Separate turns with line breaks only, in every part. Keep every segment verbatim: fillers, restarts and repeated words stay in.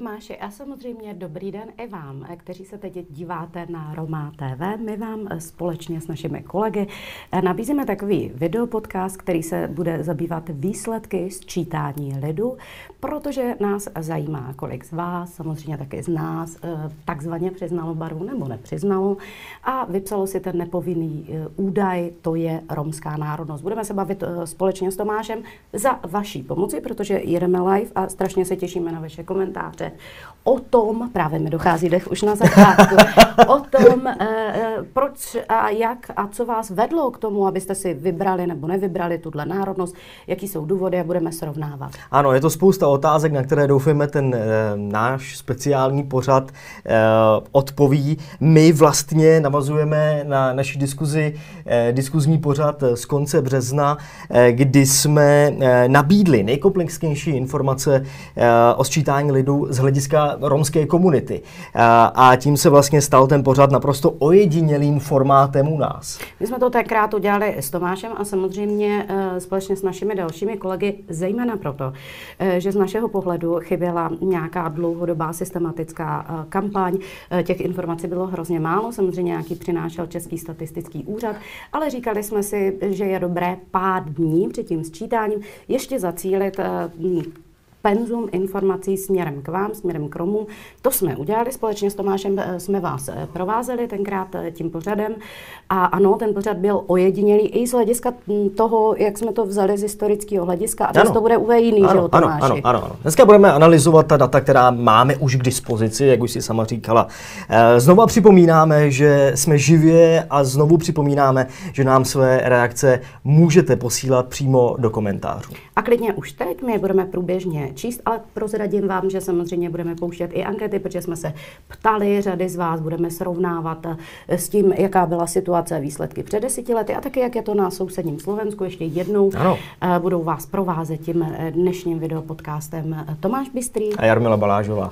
Tomáši, a samozřejmě dobrý den i vám, kteří se teď díváte na Roma T V. My vám společně s našimi kolegy nabízíme takový videopodcast, který se bude zabývat výsledky sčítání lidu, protože nás zajímá, kolik z vás, samozřejmě taky z nás, takzvaně přiznalo barvu nebo nepřiznalo a vypsalo si ten nepovinný údaj, to je romská národnost. Budeme se bavit společně s Tomášem za vaší pomoci, protože jedeme live a strašně se těšíme na vaše komentáře o tom, právě mi dochází dech už na začátku, o tom, eh, proč a jak a co vás vedlo k tomu, abyste si vybrali nebo nevybrali tuhle národnost, jaký jsou důvody a budeme srovnávat.
Ano, je to spousta otázek, na které doufujeme ten eh, náš speciální pořad eh, odpoví. My vlastně navazujeme na naši diskuzi, eh, diskuzní pořad z konce března, eh, kdy jsme eh, nabídli nejkomplexnější informace eh, o sčítání lidu z hlediska romské komunity. A tím se vlastně stal ten pořad naprosto ojedinělým formátem u nás.
My jsme to tenkrát udělali s Tomášem a samozřejmě společně s našimi dalšími kolegy, zejména proto, že z našeho pohledu chyběla nějaká dlouhodobá systematická kampaň. Těch informací bylo hrozně málo, samozřejmě nějaký přinášel Český statistický úřad, ale říkali jsme si, že je dobré pár dní před tím sčítáním ještě zacílit penzum informací směrem k vám, směrem k Romům. To jsme udělali společně s Tomášem, jsme vás provázeli tenkrát tím pořadem a ano, ten pořad byl ojedinělý i z hlediska toho, jak jsme to vzali z historického hlediska a dnes to bude úplně jiný,
ano,
že jo, Tomáši?
Ano, ano, ano. Dneska budeme analyzovat ta data, která máme už k dispozici, jak už si sama říkala. Znova připomínáme, že jsme živě a znovu připomínáme, že nám své reakce můžete posílat přímo do komentářů.
A klidně už teď, my budeme průběžně číst, ale prozradím vám, že samozřejmě budeme pouštět i ankety, protože jsme se ptali, řady z vás budeme srovnávat s tím, jaká byla situace, výsledky před deseti lety a taky, jak je to na sousedním Slovensku. Ještě jednou ano. Budou vás provázet tím dnešním videopodcastem Tomáš Bystrý
a Jarmila Balážová.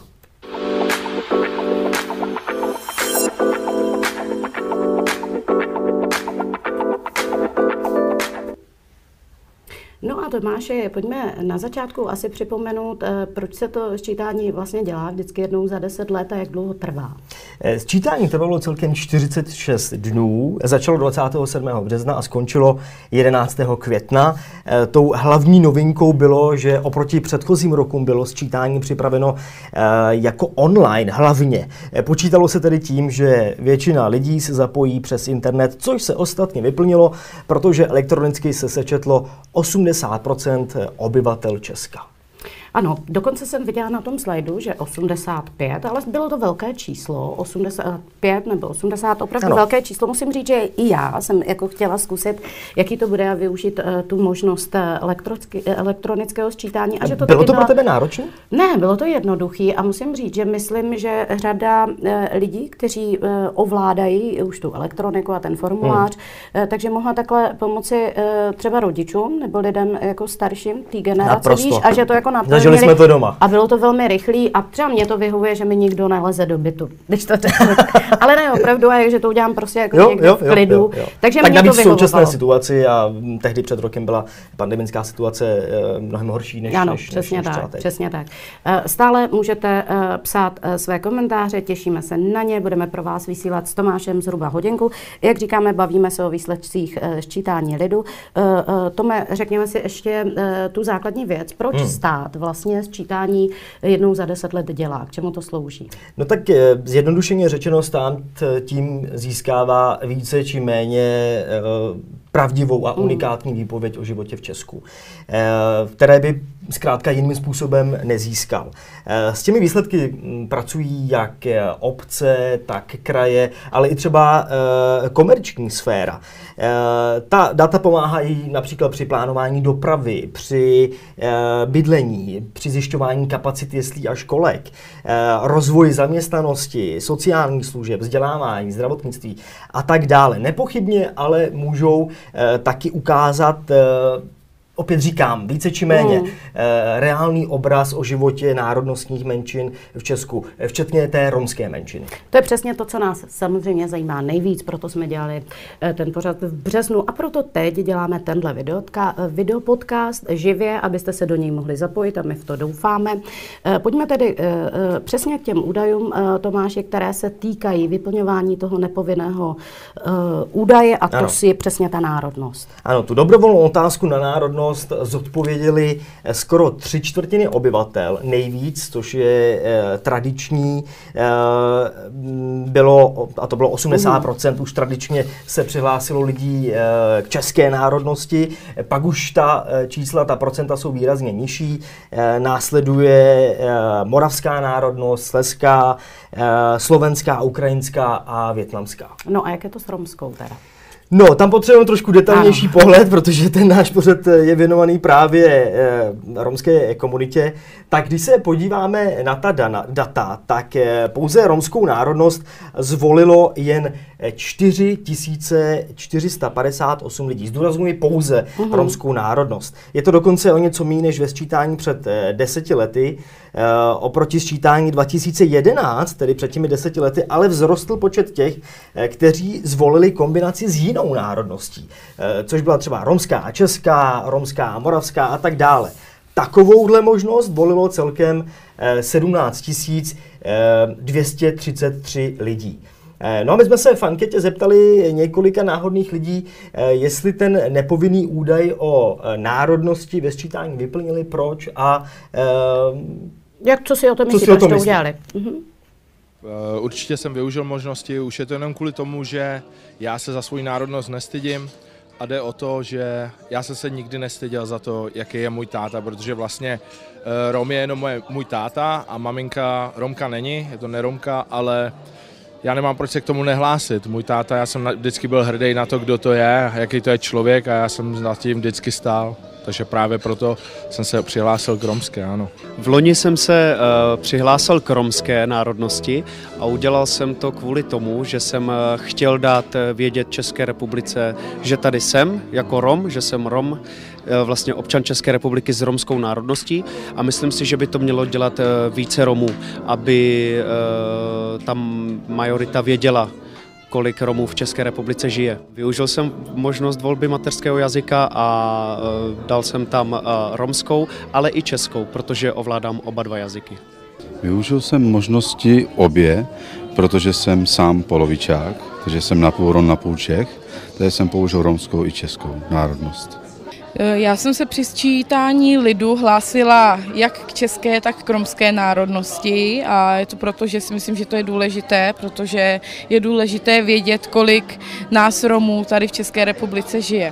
No a Tomáše, pojďme na začátku asi připomenout, proč se to sčítání vlastně dělá vždycky jednou za deset let a jak dlouho trvá.
Sčítání trvalo celkem čtyřicet šest dnů, začalo dvacátého sedmého března a skončilo jedenáctého května. Tou hlavní novinkou bylo, že oproti předchozím rokům bylo sčítání připraveno jako online hlavně. Počítalo se tedy tím, že většina lidí se zapojí přes internet, což se ostatně vyplnilo, protože elektronicky se sečetlo osmdesát procent obyvatel Česka.
Ano, dokonce jsem viděla na tom slajdu, že osmdesát pět, ale bylo to velké číslo, osmdesát pět nebo osmdesát, opravdu ano. Velké číslo. Musím říct, že i já jsem jako chtěla zkusit, jaký to bude a využít uh, tu možnost elektronického sčítání. A že to
bylo
taky
to
byla...
pro tebe náročné?
Ne, bylo to jednoduchý a musím říct, že myslím, že řada uh, lidí, kteří uh, ovládají už tu elektroniku a ten formulář, hmm. uh, takže mohla takhle pomoci uh, třeba rodičům nebo lidem jako starším té generace, víš, a že to jako naplnili.
Zažili jsme to doma.
A bylo to velmi rychlý a třeba mě to vyhovuje, že mi nikdo neleze do bytu, když to řeknu. Ale ne, opravdu, a že to udělám prostě jako jo, někde jo, v klidu. Jo, jo. Takže
tak
mě to
vyhovovalo. Tak v současné situaci a tehdy před rokem byla pandemická situace mnohem horší než
ano,
než,
přesně
než, než
tak, přesně tak. Stále můžete psát své komentáře, těšíme se na ně, budeme pro vás vysílat s Tomášem zhruba hodinku. Jak říkáme, bavíme se o výsledcích sčítání lidu. Tome, řekněme si ještě tu základní věc, proč hmm. stát vlastně sčítání jednou za deset let dělá, k čemu to slouží?
No tak zjednodušeně řečeno, stát tím získává více či méně pravdivou a unikátní výpověď o životě v Česku, které by zkrátka jiným způsobem nezískal. S těmi výsledky pracují jak obce, tak kraje, ale i třeba komerční sféra. Ta data pomáhají například při plánování dopravy, při bydlení, při zjišťování kapacit jeslí a školek, rozvoji zaměstnanosti, sociálních služeb, vzdělávání, zdravotnictví a tak dále. Nepochybně ale můžou taky ukázat opět říkám, více či méně, mm. reálný obraz o životě národnostních menšin v Česku, včetně té romské menšiny.
To je přesně to, co nás samozřejmě zajímá nejvíc, proto jsme dělali ten pořad v březnu a proto teď děláme tenhle videotka, videopodcast živě, abyste se do něj mohli zapojit a my v to doufáme. Pojďme tedy přesně k těm údajům, Tomáši, které se týkají vyplňování toho nepovinného údaje a to ano. je přesně ta národnost.
Ano, tu dobrovolnou otázku na národnost zodpověděli skoro tři čtvrtiny obyvatel, nejvíc, což je eh, tradiční, eh, bylo, a to bylo osmdesát procent, už tradičně se přihlásilo lidí eh, k české národnosti, pak už ta eh, čísla, ta procenta jsou výrazně nižší, eh, následuje eh, moravská národnost, slezská, eh, slovenská, ukrajinská a vietnamská.
No a jak je to s romskou teda?
No, tam potřebujeme trošku detailnější ano. pohled, protože ten náš pořad je věnovaný právě e, romské komunitě. Tak když se podíváme na ta dana, data, tak e, pouze romskou národnost zvolilo jen čtyři tisíce čtyři sta padesát osm lidí. Zdůrazňuji pouze uhum. romskou národnost. Je to dokonce o něco méně než ve sčítání před e, deseti lety. E, oproti sčítání dva tisíce jedenáct, tedy před těmi deseti lety, ale vzrostl počet těch, e, kteří zvolili kombinaci s jinou národností, e, což byla třeba romská a česká, romská a moravská a tak dále. Takovouhle možnost volilo celkem e, sedmnáct tisíc dvě stě třicet tři lidí. No a my jsme se v anketě zeptali několika náhodných lidí, jestli ten nepovinný údaj o národnosti ve sčítání vyplnili, proč a...
Jak, co si o tom myslíte, proč to udělali? Mhm.
Určitě jsem využil možnosti, už je to jenom kvůli tomu, že já se za svou národnost nestydím a jde o to, že já jsem se nikdy nestyděl za to, jaký je můj táta, protože vlastně Rom je jenom moje, můj táta a maminka Romka není, je to neromka, ale já nemám proč se k tomu nehlásit. Můj táta, já jsem vždycky byl hrdý na to, kdo to je, jaký to je člověk a já jsem nad tím vždycky stál. Takže právě proto jsem se přihlásil k romské, ano.
V loni jsem se uh, přihlásil k romské národnosti a udělal jsem to kvůli tomu, že jsem uh, chtěl dát vědět České republice, že tady jsem jako Rom, že jsem Rom, uh, vlastně občan České republiky s romskou národností a myslím si, že by to mělo dělat uh, více Romů, aby uh, tam majorita věděla, kolik Romů v České republice žije. Využil jsem možnost volby mateřského jazyka a uh, dal jsem tam uh, romskou, ale i českou, protože ovládám oba dva jazyky.
Využil jsem možnosti obě, protože jsem sám polovičák, takže jsem napůl Rom, napůl Čech, takže jsem použil romskou i českou národnost.
Já jsem se při sčítání lidu hlásila jak k české, tak k romské národnosti a je to proto, že si myslím, že to je důležité, protože je důležité vědět, kolik nás Romů tady v České republice žije.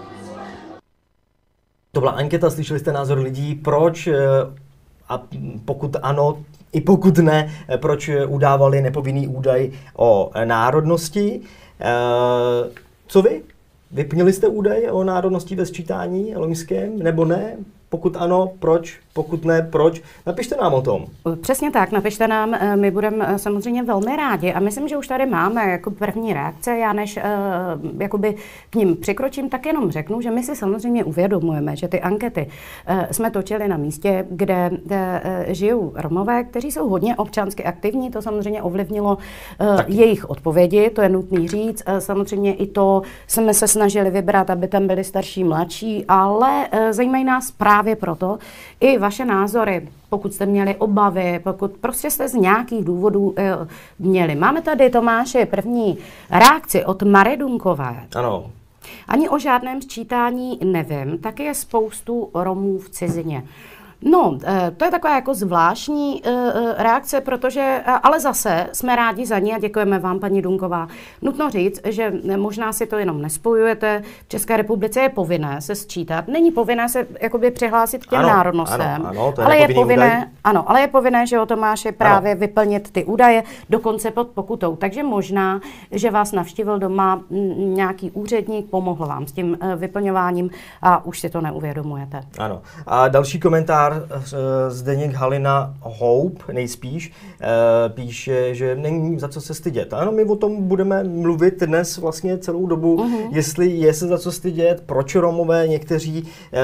To byla anketa, slyšeli jste názor lidí, proč a pokud ano, i pokud ne, proč udávali nepovinný údaj o národnosti. Co vy? Vyplnili jste údaj o národnosti ve sčítání loňském, nebo ne? Pokud ano, proč? Pokud ne, proč? Napište nám o tom.
Přesně tak, napište nám, my budeme samozřejmě velmi rádi a myslím, že už tady máme jako první reakce. Já než uh, jakoby k ním přikročím, tak jenom řeknu, že my si samozřejmě uvědomujeme, že ty ankety uh, jsme točili na místě, kde uh, žijou Romové, kteří jsou hodně občansky aktivní, to samozřejmě ovlivnilo uh, jejich odpovědi, to je nutný říct. Uh, samozřejmě i to jsme se snažili vybrat, aby tam byli starší, mladší, ale uh, zajímají nás právě proto i vaše názory, pokud jste měli obavy, pokud prostě jste z nějakých důvodů e, měli. Máme tady, Tomáši, první reakci od Mary Dunkové.
Ano.
Ani o žádném sčítání nevím, taky je spoustu Romů v cizině. No, to je taková jako zvláštní reakce, protože, ale zase jsme rádi za ní a děkujeme vám, paní Dunková. Nutno říct, že možná si to jenom nespojujete. V České republice je povinné se sčítat. Není povinné se jakoby přihlásit k těm
ano,
národnostem.
Ano, ano, to je
ale je povinné,
údaj.
ano, ale je povinné, že o Tomáši právě ano. vyplnit ty údaje, dokonce pod pokutou. Takže možná, že vás navštívil doma nějaký úředník, pomohl vám s tím vyplňováním a už si to neuvědomujete.
Ano. A další komentář novinár Zdeněk Halina Hope nejspíš píše, že není za co se stydět. Ano, my o tom budeme mluvit dnes vlastně celou dobu, uh-huh. jestli je se za co stydět, proč Romové někteří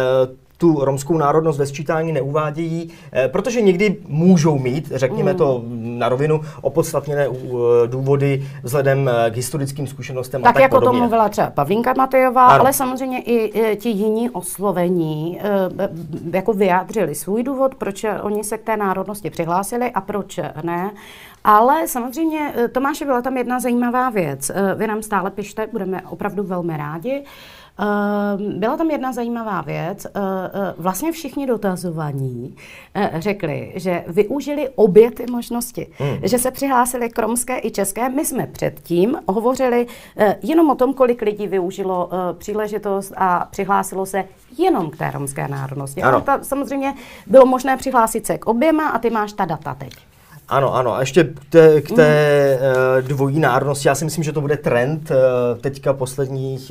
tu romskou národnost ve sčítání neuvádějí, protože někdy můžou mít, řekněme mm. to na rovinu, opodstatněné důvody vzhledem k historickým zkušenostem
tak
a tak
jako
podobně.
to mluvila třeba Pavlínka Matějová, ano. Ale samozřejmě i ti jiní oslovení jako vyjádřili svůj důvod, proč oni se k té národnosti přihlásili a proč ne. Ale samozřejmě, Tomáši, byla tam jedna zajímavá věc. Vy nám stále pište, budeme opravdu velmi rádi. Byla tam jedna zajímavá věc. Vlastně všichni dotazovaní řekli, že využili obě ty možnosti. Hmm. Že se přihlásili k romské i české. My jsme předtím hovořili jenom o tom, kolik lidí využilo příležitost a přihlásilo se jenom k té romské národnosti. Ale ta, samozřejmě bylo možné přihlásit se k oběma a ty máš ta data teď.
Ano, ano. A ještě k té, k té mm. dvojí národnosti, já si myslím, že to bude trend teďka posledních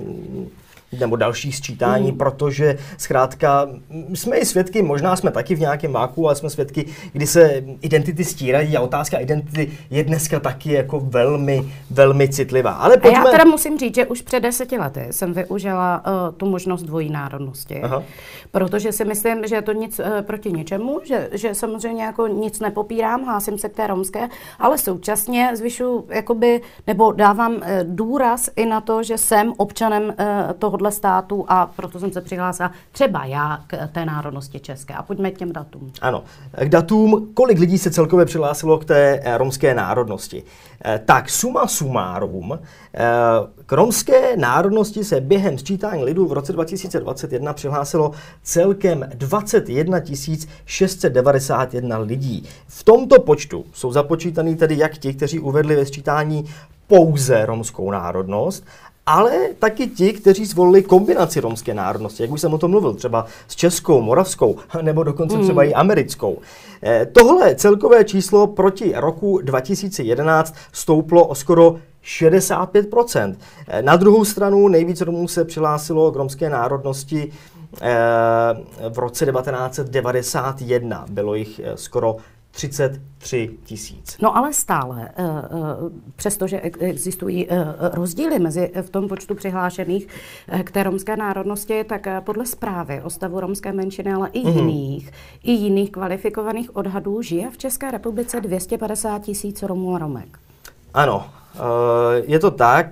nebo dalších sčítání, mm. protože zkrátka jsme i svědky, možná jsme taky v nějakém váku, ale jsme svědky, kdy se identity stírají a otázka identity je dneska taky jako velmi, velmi citlivá. Ale pojďme...
A já teda musím říct, že už před deseti lety jsem využila uh, tu možnost dvojí národnosti, Aha. protože si myslím, že je to nic uh, proti ničemu, že, že samozřejmě jako nic nepopírám, hlásím se k té romské, ale současně zvyšuji jakoby, nebo dávám uh, důraz i na to, že jsem občanem uh, toho státu a proto jsem se přihlásila třeba já k té národnosti české. A pojďme k těm datům.
Ano. K datům, kolik lidí se celkově přihlásilo k té romské národnosti. Tak suma sumárum, k romské národnosti se během sčítání lidu v roce dva tisíce dvacet jedna přihlásilo celkem dvacet jedna tisíc šest set devadesát jedna lidí. V tomto počtu jsou započítaní tedy jak ti, kteří uvedli ve sčítání pouze romskou národnost, ale taky ti, kteří zvolili kombinaci romské národnosti, jak už jsem o tom mluvil, třeba s českou, moravskou, nebo dokonce mm. třeba i americkou. Eh, tohle celkové číslo proti roku dva tisíce jedenáct stouplo o skoro šedesát pět procent. Eh, na druhou stranu nejvíc Romů se přihlásilo k romské národnosti eh, v roce devatenáct set devadesát jedna. Bylo jich eh, skoro třicet tři tisíc.
No ale stále, přestože existují rozdíly mezi v tom počtu přihlášených k té romské národnosti, tak podle zprávy o stavu romské menšiny, ale i jiných, mm-hmm. i jiných kvalifikovaných odhadů žije v České republice dvě stě padesát tisíc Romů a Romek.
Ano, je to tak,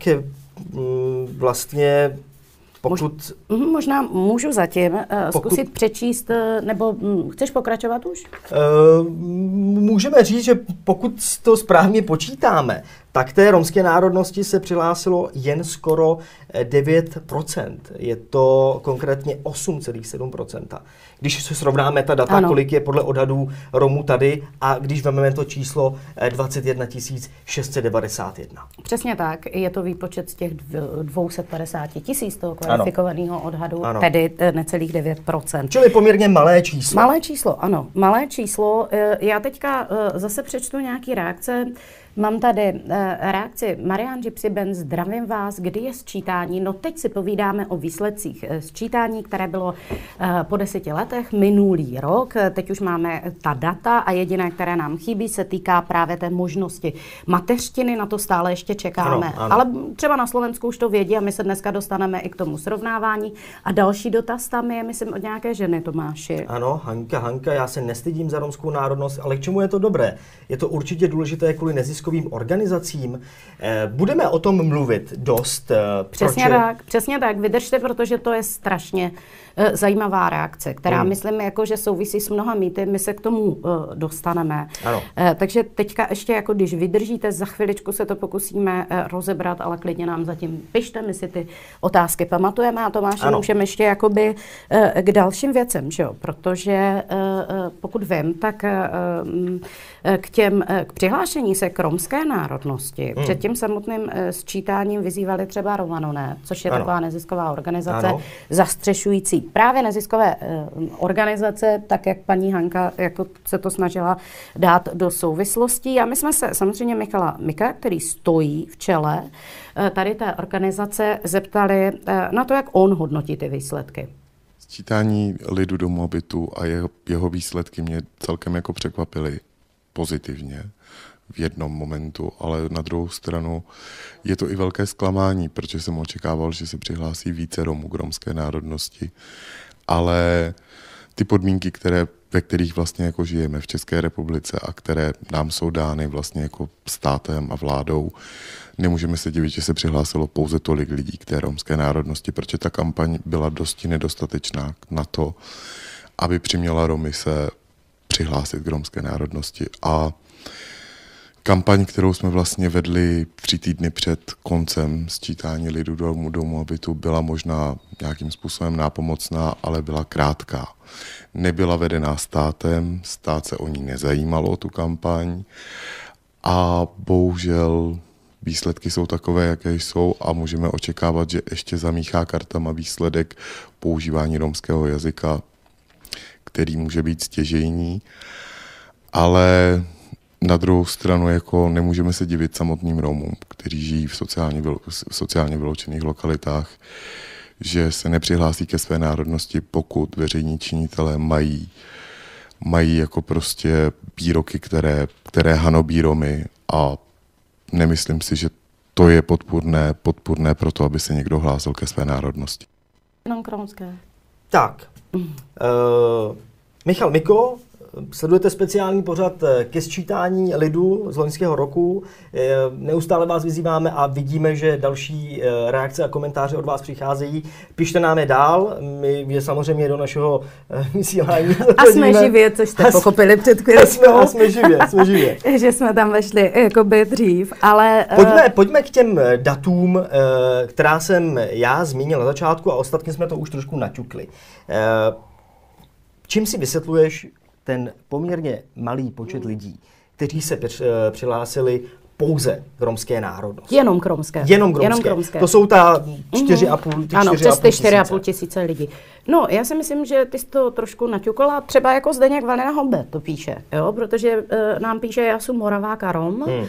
vlastně pokud...
Mož, možná můžu zatím uh, pokud, zkusit přečíst, uh, nebo um, chceš pokračovat už?
Uh, můžeme říct, že pokud to správně počítáme, tak té romské národnosti se přihlásilo jen skoro devět procent. Je to konkrétně osm celá sedm procent. Když se srovnáme ta data, ano. kolik je podle odhadů Romů tady a když vezmeme to číslo dvacet jedna tisíc šest set devadesát jedna.
Přesně tak. Je to výpočet z těch dvě stě padesát tisíc toho kvalifikovaného odhadu, ano. tedy necelých devět procent.
Čili poměrně malé číslo.
Malé číslo, ano. Malé číslo. Já teďka zase přečtu nějaký reakce. Mám tady uh, reakci Marian Gypsyben, zdravím vás, kdy je sčítání? No teď si povídáme o výsledcích sčítání, které bylo uh, po deseti letech, minulý rok. Teď už máme ta data a jediné, které nám chybí, se týká právě té možnosti mateřštiny, na to stále ještě čekáme. Ano, ano. Ale třeba na Slovensku už to vědí a my se dneska dostaneme i k tomu srovnávání. A další dotaz tam je, myslím, od nějaké ženy, Tomáši.
Ano, Hanka, Hanka, já se nestydím za romskou národnost, ale k čemu je to dobré? Je to určitě důležité kvůli neziskovým organizacím. Budeme o tom mluvit dost.
Přesně proč... tak, přesně tak. Vydržte, protože to je strašně zajímavá reakce, která hmm. myslím, jako, že souvisí s mnoha mýty. My se k tomu uh, dostaneme.
Ano.
Uh, takže teďka ještě, jako když vydržíte, za chviličku se to pokusíme uh, rozebrat, ale klidně nám zatím pište, my si ty otázky pamatujeme a Tomáši, můžeme ještě jakoby uh, k dalším věcem, že jo? Protože uh, pokud vím, tak uh, k těm, k přihlášení se k romské národnosti hmm. před tím samotným uh, sčítáním vyzývali třeba Rovanone, což je ano. taková nezisková organizace ano. zastřešující právě neziskové uh, organizace, tak jak paní Hanka jako se to snažila dát do souvislostí. A my jsme se samozřejmě Michala Mika, který stojí v čele uh, tady té organizace, zeptali uh, na to, jak on hodnotí ty výsledky.
Sčítání lidu do mobitu a jeho, jeho výsledky mě celkem jako překvapily pozitivně v jednom momentu, ale na druhou stranu je to i velké zklamání, protože jsem očekával, že se přihlásí více Romů k romské národnosti, ale ty podmínky, které, ve kterých vlastně jako žijeme v České republice a které nám jsou dány vlastně jako státem a vládou, nemůžeme se divit, že se přihlásilo pouze tolik lidí k té romské národnosti, protože ta kampaň byla dosti nedostatečná na to, aby přiměla Romy se přihlásit k romské národnosti. A kampaň, kterou jsme vlastně vedli tři týdny před koncem sčítání lidu do domu mobitu, byla možná nějakým způsobem nápomocná, ale byla krátká. Nebyla vedená státem, stát se o ní nezajímalo, tu kampaň, a bohužel výsledky jsou takové, jaké jsou, a můžeme očekávat, že ještě zamíchá kartama výsledek používání romského jazyka, který může být stěžejní, ale na druhou stranu jako nemůžeme se divit samotným Romům, kteří žijí v sociálně, v sociálně vyloučených lokalitách, že se nepřihlásí ke své národnosti, pokud veřejní činitelé mají, mají jako prostě výroky, které, které hanobí Romy, a nemyslím si, že to je podpůrné, podpůrné pro to, aby se někdo hlásil ke své národnosti.
Jenom kromské.
Tak. Mm. Uh, Michal Miko, sledujete speciální pořad ke sčítání lidu z loňského roku. Neustále vás vyzýváme a vidíme, že další reakce a komentáře od vás přicházejí. Pište nám je dál, my je samozřejmě do našeho vysílání.
A jsme živě, což jste pochopili před chvíličkou.
A jsme živě, jsme živě.
Že jsme tam vešli jakoby dřív, ale...
Pojďme, pojďme k těm datům, která jsem já zmínil na začátku, a ostatně jsme to už trošku naťukli. Čím si vysvětluješ ten poměrně malý počet lidí, kteří se přihlásili pouze k romské národnosti?
Jenom k romské.
Jenom k romské.
Jenom k romské.
To jsou ta čtyři a půl tisíce.
Ano, přes ty čtyři a půl tisíce lidí. No, já si myslím, že ty jsi to trošku naťukala. Třeba jako Zdeněk Valina Hobe to píše, jo? Protože uh, nám píše, já jsem Moravák a Rom. Hmm.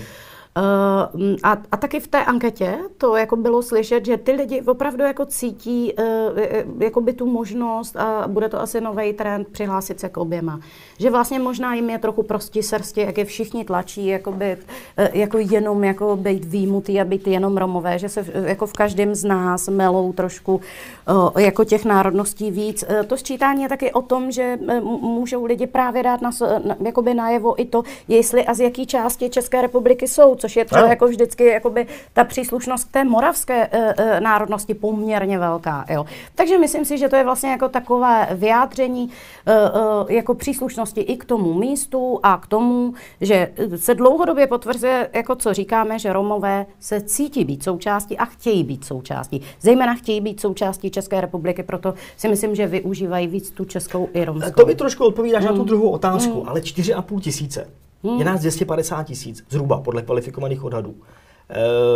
Uh, a, a taky v té anketě to jako bylo slyšet, že ty lidi opravdu jako cítí uh, jakoby tu možnost, a bude to asi nový trend, přihlásit se k oběma. Že vlastně možná jim je trochu prostí srsti, jak je všichni tlačí, jakoby, uh, jako jenom jako být výjimutý a být jenom Romové, že se v, jako v každém z nás melou trošku uh, jako těch národností víc. Uh, to sčítání je taky o tom, že uh, můžou lidi právě dát na, na, jakoby najevo i to, jestli a z jaký části České republiky jsou, což je třeba jako vždycky jakoby ta příslušnost k té moravské e, e, národnosti poměrně velká. Jo. Takže myslím si, že to je vlastně jako takové vyjádření e, e, jako příslušnosti i k tomu místu a k tomu, že se dlouhodobě potvrzuje, jako co říkáme, že Romové se cítí být součástí a chtějí být součástí. Zejména chtějí být součástí České republiky, proto si myslím, že využívají víc tu českou i romskou.
To mi trošku odpovídáš mm. na tu druhou otázku, mm. ale čtyři a půl tisíce. Hmm. Je nás dvě stě padesát tisíc, zhruba, podle kvalifikovaných odhadů. E,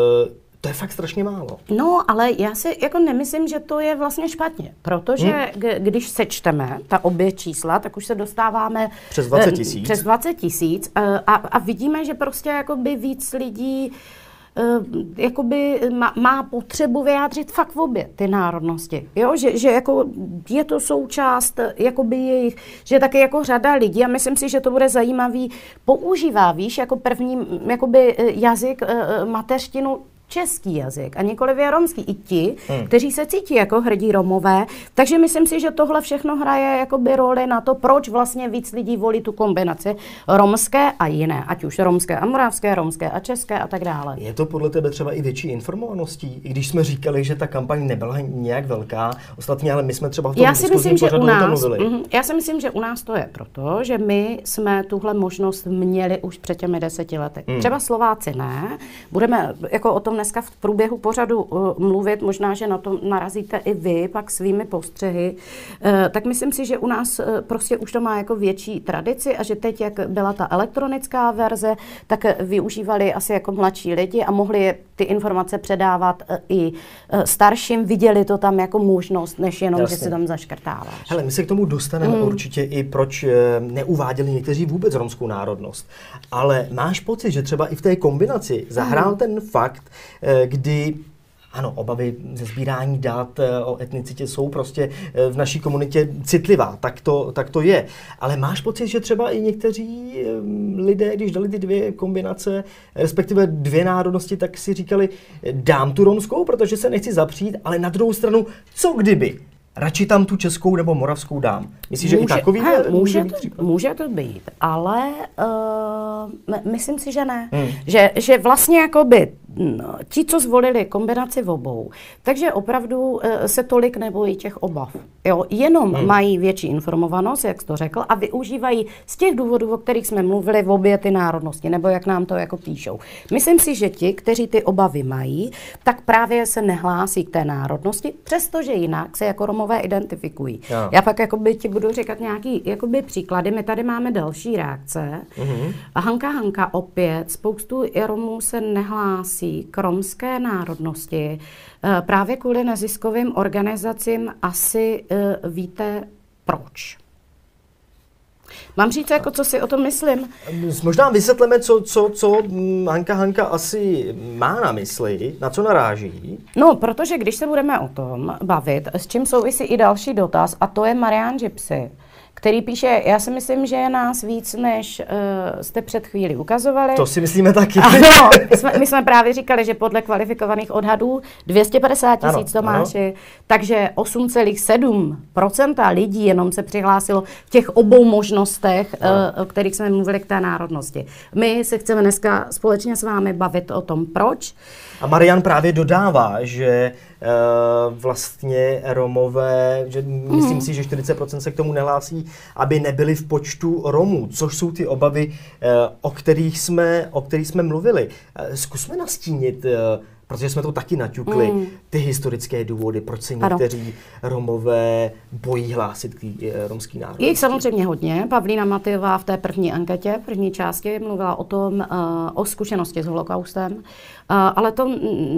to je fakt strašně málo.
No, ale já si jako nemyslím, že to je vlastně špatně, protože hmm. g- když sečteme ta obě čísla, tak už se dostáváme
přes dvacet tisíc.
Přes dvacet tisíc a, a vidíme, že prostě jakoby víc lidí Uh, jakoby má, má potřebu vyjádřit fakt v obě ty národnosti. Jo? Že, že jako je to součást jakoby jejich, že taky jako řada lidí, a myslím si, že to bude zajímavý, používá, víš, jako první jakoby jazyk, uh, mateřštinu, český jazyk a nikoliv je romský. I ti, hmm. kteří se cítí jako hrdí Romové. Takže myslím si, že tohle všechno hraje jakoby roli na to, proč vlastně víc lidí volí tu kombinaci romské a jiné. Ať už romské a moravské, romské a české a tak dále.
Je to podle tebe třeba i větší informovaností? I když jsme říkali, že ta kampaň nebyla nějak velká, ostatně, ale my jsme třeba v tom diskuzním pořadu o tom mluvili. Mm,
já si myslím, že u nás to je proto, že my jsme tuhle možnost měli už před těmi deseti lety. Hmm. Třeba Slováci ne. Budeme jako o tom dneska v průběhu pořadu uh, mluvit, možná, že na to narazíte i vy pak svými postřehy, uh, tak myslím si, že u nás uh, prostě už to má jako větší tradici a že teď, jak byla ta elektronická verze, tak využívali asi jako mladší lidi a mohli ty informace předávat uh, i uh, starším, viděli to tam jako možnost, než jenom, Jasně. že si tam zaškrtáváš.
Hele, my se k tomu dostaneme mm. určitě i proč uh, neuváděli někteří vůbec romskou národnost. Ale máš pocit, že třeba i v té kombinaci zahrál mm. ten fakt, kdy ano, obavy ze sbírání dat o etnicitě jsou prostě v naší komunitě citlivá, tak to, tak to je. Ale máš pocit, že třeba i někteří lidé, když dali ty dvě kombinace, respektive dvě národnosti, tak si říkali, dám tu romskou, protože se nechci zapřít, ale na druhou stranu, co kdyby? Radši tam tu českou nebo moravskou dám. Myslíš, že
může,
i takový
he,
může,
může,
být případ?
Může to být, ale uh, myslím si, že ne. Hmm. Že, že vlastně jakoby no, ti, co zvolili kombinaci v obou, takže opravdu uh, se tolik nebojí těch obav. Jo, jenom hmm. mají větší informovanost, jak jsi to řekl, a využívají z těch důvodů, o kterých jsme mluvili, v obě ty národnosti, nebo jak nám to jako píšou. Myslím si, že ti, kteří ty obavy mají, tak právě se nehlásí k té národnosti, přestože jinak se jako Romové identifikují. Já, Já pak jakoby ti budu říkat nějaký jakoby příklady. My tady máme další reakce. Mm-hmm. A Hanka Hanka opět, spoustu Romů se nehlásí k romské národnosti. Právě kvůli neziskovým organizacím asi uh, víte proč. Mám říct, jako, co si o tom myslím?
Možná vysvětleme, co, co, co Hanka Hanka asi má na mysli, na co naráží.
No, protože když se budeme o tom bavit, s čím souvisí i další dotaz, a to je Marian Gypsy, který píše, já si myslím, že je nás víc, než uh, jste před chvíli ukazovali.
To si myslíme taky.
Ano, my jsme, my jsme právě říkali, že podle kvalifikovaných odhadů dvě stě padesát tisíc, Tomáši, takže osm celá sedm procenta lidí jenom se přihlásilo v těch obou možnostech, uh, o kterých jsme mluvili k té národnosti. My se chceme dneska společně s vámi bavit o tom, proč.
A Marian právě dodává, že uh, vlastně Romové, že mm. myslím si, že čtyřicet procent se k tomu nehlásí, aby nebyli v počtu Romů, což jsou ty obavy, uh, o kterých jsme, o kterých jsme mluvili. Uh, zkusme nastínit, uh, protože jsme to taky naťukli, mm. ty historické důvody, proč se někteří Romové bojí hlásit k uh, romský národ.
Je jich samozřejmě hodně. Pavlína Matyjová v té první anketě, v první části, mluvila o tom, uh, o zkušenosti s holokaustem. Uh, ale to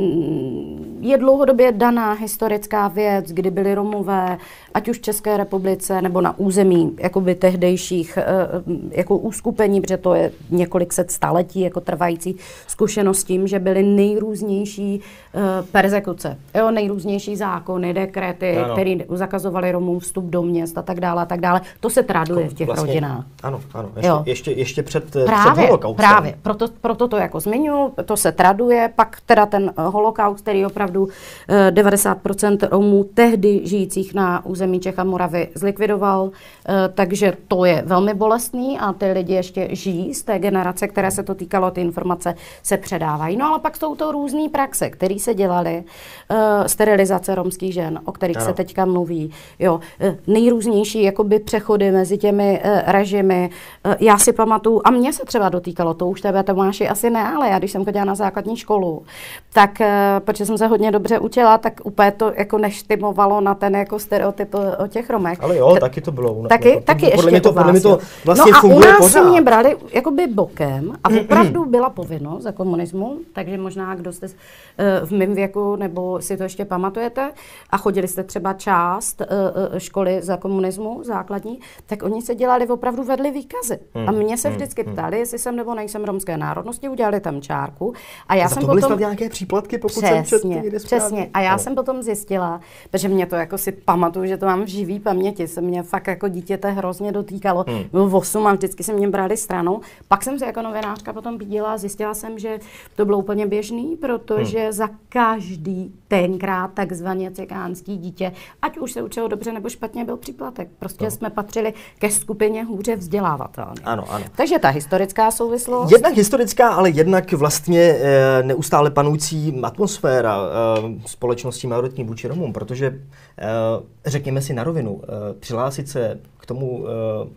mm, je dlouhodobě daná historická věc, kdy byli Romové, ať už v České republice, nebo na území jakoby tehdejších uh, jako uskupení, protože to je několik set staletí jako trvající zkušenost s tím, že byly nejrůznější uh, persekuce, jo, nejrůznější zákony, dekrety, které zakazovaly Romům vstup do měst a tak dále a tak dále. To se traduje v těch vlastně, rodinách.
Ano, ano, ještě, ještě, ještě před,
právě,
před holokaustem.
Právě, proto, proto to jako zmiňuji, to se traduje. Pak teda ten holokaust, který opravdu devadesát procent Romů tehdy žijících na území Čech a Moravy zlikvidoval, takže to je velmi bolestný a ty lidi ještě žijí z té generace, které se to týkalo, ty informace se předávají. No ale pak jsou to různé praxe, které se dělaly, sterilizace romských žen, o kterých ano. se teďka mluví, jo, nejrůznější jakoby přechody mezi těmi režimy. Já si pamatuju, a mě se třeba dotýkalo, to už tebe, Tomáši, asi ne, ale já když jsem chodila na základní školu, tak protože jsem se hodně dobře učila, tak úplně to jako neštimovalo na ten jako stereotyp o těch Romech.
Ale jo, taky to bylo.
Taky, taky
podle
ještě
mě to,
u vás,
podle mě to vlastně
no a
funguje
u nás
pořád.
Se mě brali jakoby bokem a opravdu byla povinnost za komunismu, takže možná kdo jste v mém věku nebo si to ještě pamatujete a chodili jste třeba část školy za komunismu základní, tak oni se dělali opravdu vedli výkazy. A mě se vždycky ptali, jestli jsem nebo nejsem romské národnosti, udělali tam čárku. A já
za
jsem
to byly
potom
snad nějaké příplatky, pokud
přesně,
jsem četl někde správně.
Přesně. A já no. jsem potom zjistila, protože mě to jako si pamatuju, že to mám v živý paměti, se mě fakt jako dítěte hrozně dotýkalo. Hmm. Byl osm a vždycky se mě brali stranou. Pak jsem se jako novinářka potom viděla a zjistila jsem, že to bylo úplně běžný, protože hmm. za každý tenkrát takzvaně cikánský dítě, ať už se učilo dobře nebo špatně, byl příplatek. Prostě no. jsme patřili ke skupině hůře vzdělávatelné.
Ano, ano.
Takže ta historická souvislost.
Jednak historická, ale jednak vlastně e, neustále panující atmosféra e, společnosti národní vůči Romům, protože e, řekněme si na rovinu, e, přihlásit se k tomu e,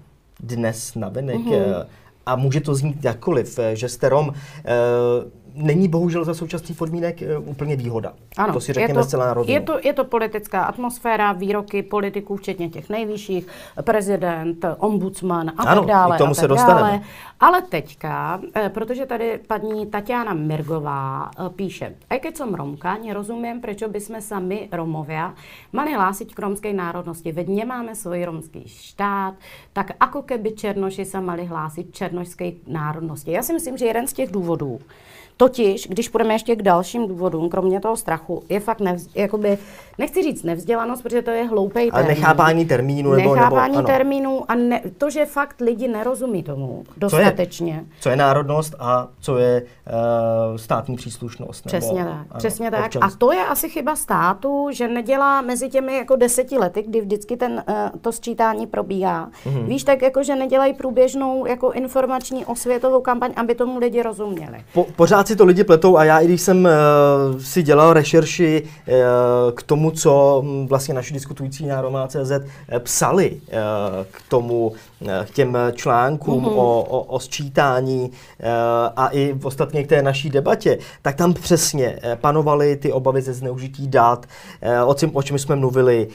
dnes navenek mm-hmm. e, a může to znít jakkoliv, e, že jste Rom, e, není bohužel za současných podmínek uh, úplně výhoda.
Ano,
to si řekněme zcela na rovinu.
Je to, je to politická atmosféra, výroky politiků, včetně těch nejvyšších, prezident, ombudsman a
ano,
tak dále.
K tomu
a
se
tak
dostaneme.
Dále. Ale teďka, protože tady paní Tatiana Mirgová píše, aj keď som Romka, nerozumiem, prečo by sme sa my, Romovia, mali hlásiť k romskej národnosti, veď nemáme svoj romský štát, tak ako keby Černoši sa mali hlásiť černošskej národnosti. Já si myslím, že jeden z těch důvodů, Totiž, když půjdeme ještě k dalším důvodům, kromě toho strachu, je fakt, nevz, jakoby, nechci říct nevzdělanost, protože to je hloupej
termín. Ale nechápání termínu. Nebo,
nechápání
nebo,
termínů a ne, to, že fakt lidi nerozumí tomu dostatečně.
Co je, co je národnost a co je uh, státní příslušnost.
Přesně
nebo,
tak,
ano,
přesně tak.
občanství.
A to je asi chyba státu, že nedělá mezi těmi jako deseti lety, kdy vždycky ten, uh, to sčítání probíhá. Mm-hmm. Víš, tak jako, že nedělají průběžnou jako informační osvětovou kampaň, aby tomu lidi rozuměli.
Po, pořád si to lidi pletou a já, i když jsem uh, si dělal rešerši uh, k tomu, co um, vlastně naši diskutující na Roma tečka cé zet uh, psali uh, k tomu, uh, k těm článkům mm-hmm. o, o, o sčítání uh, a i v ostatně k té naší debatě, tak tam přesně uh, panovaly ty obavy ze zneužití dat, uh, o, čem, o čem jsme mluvili.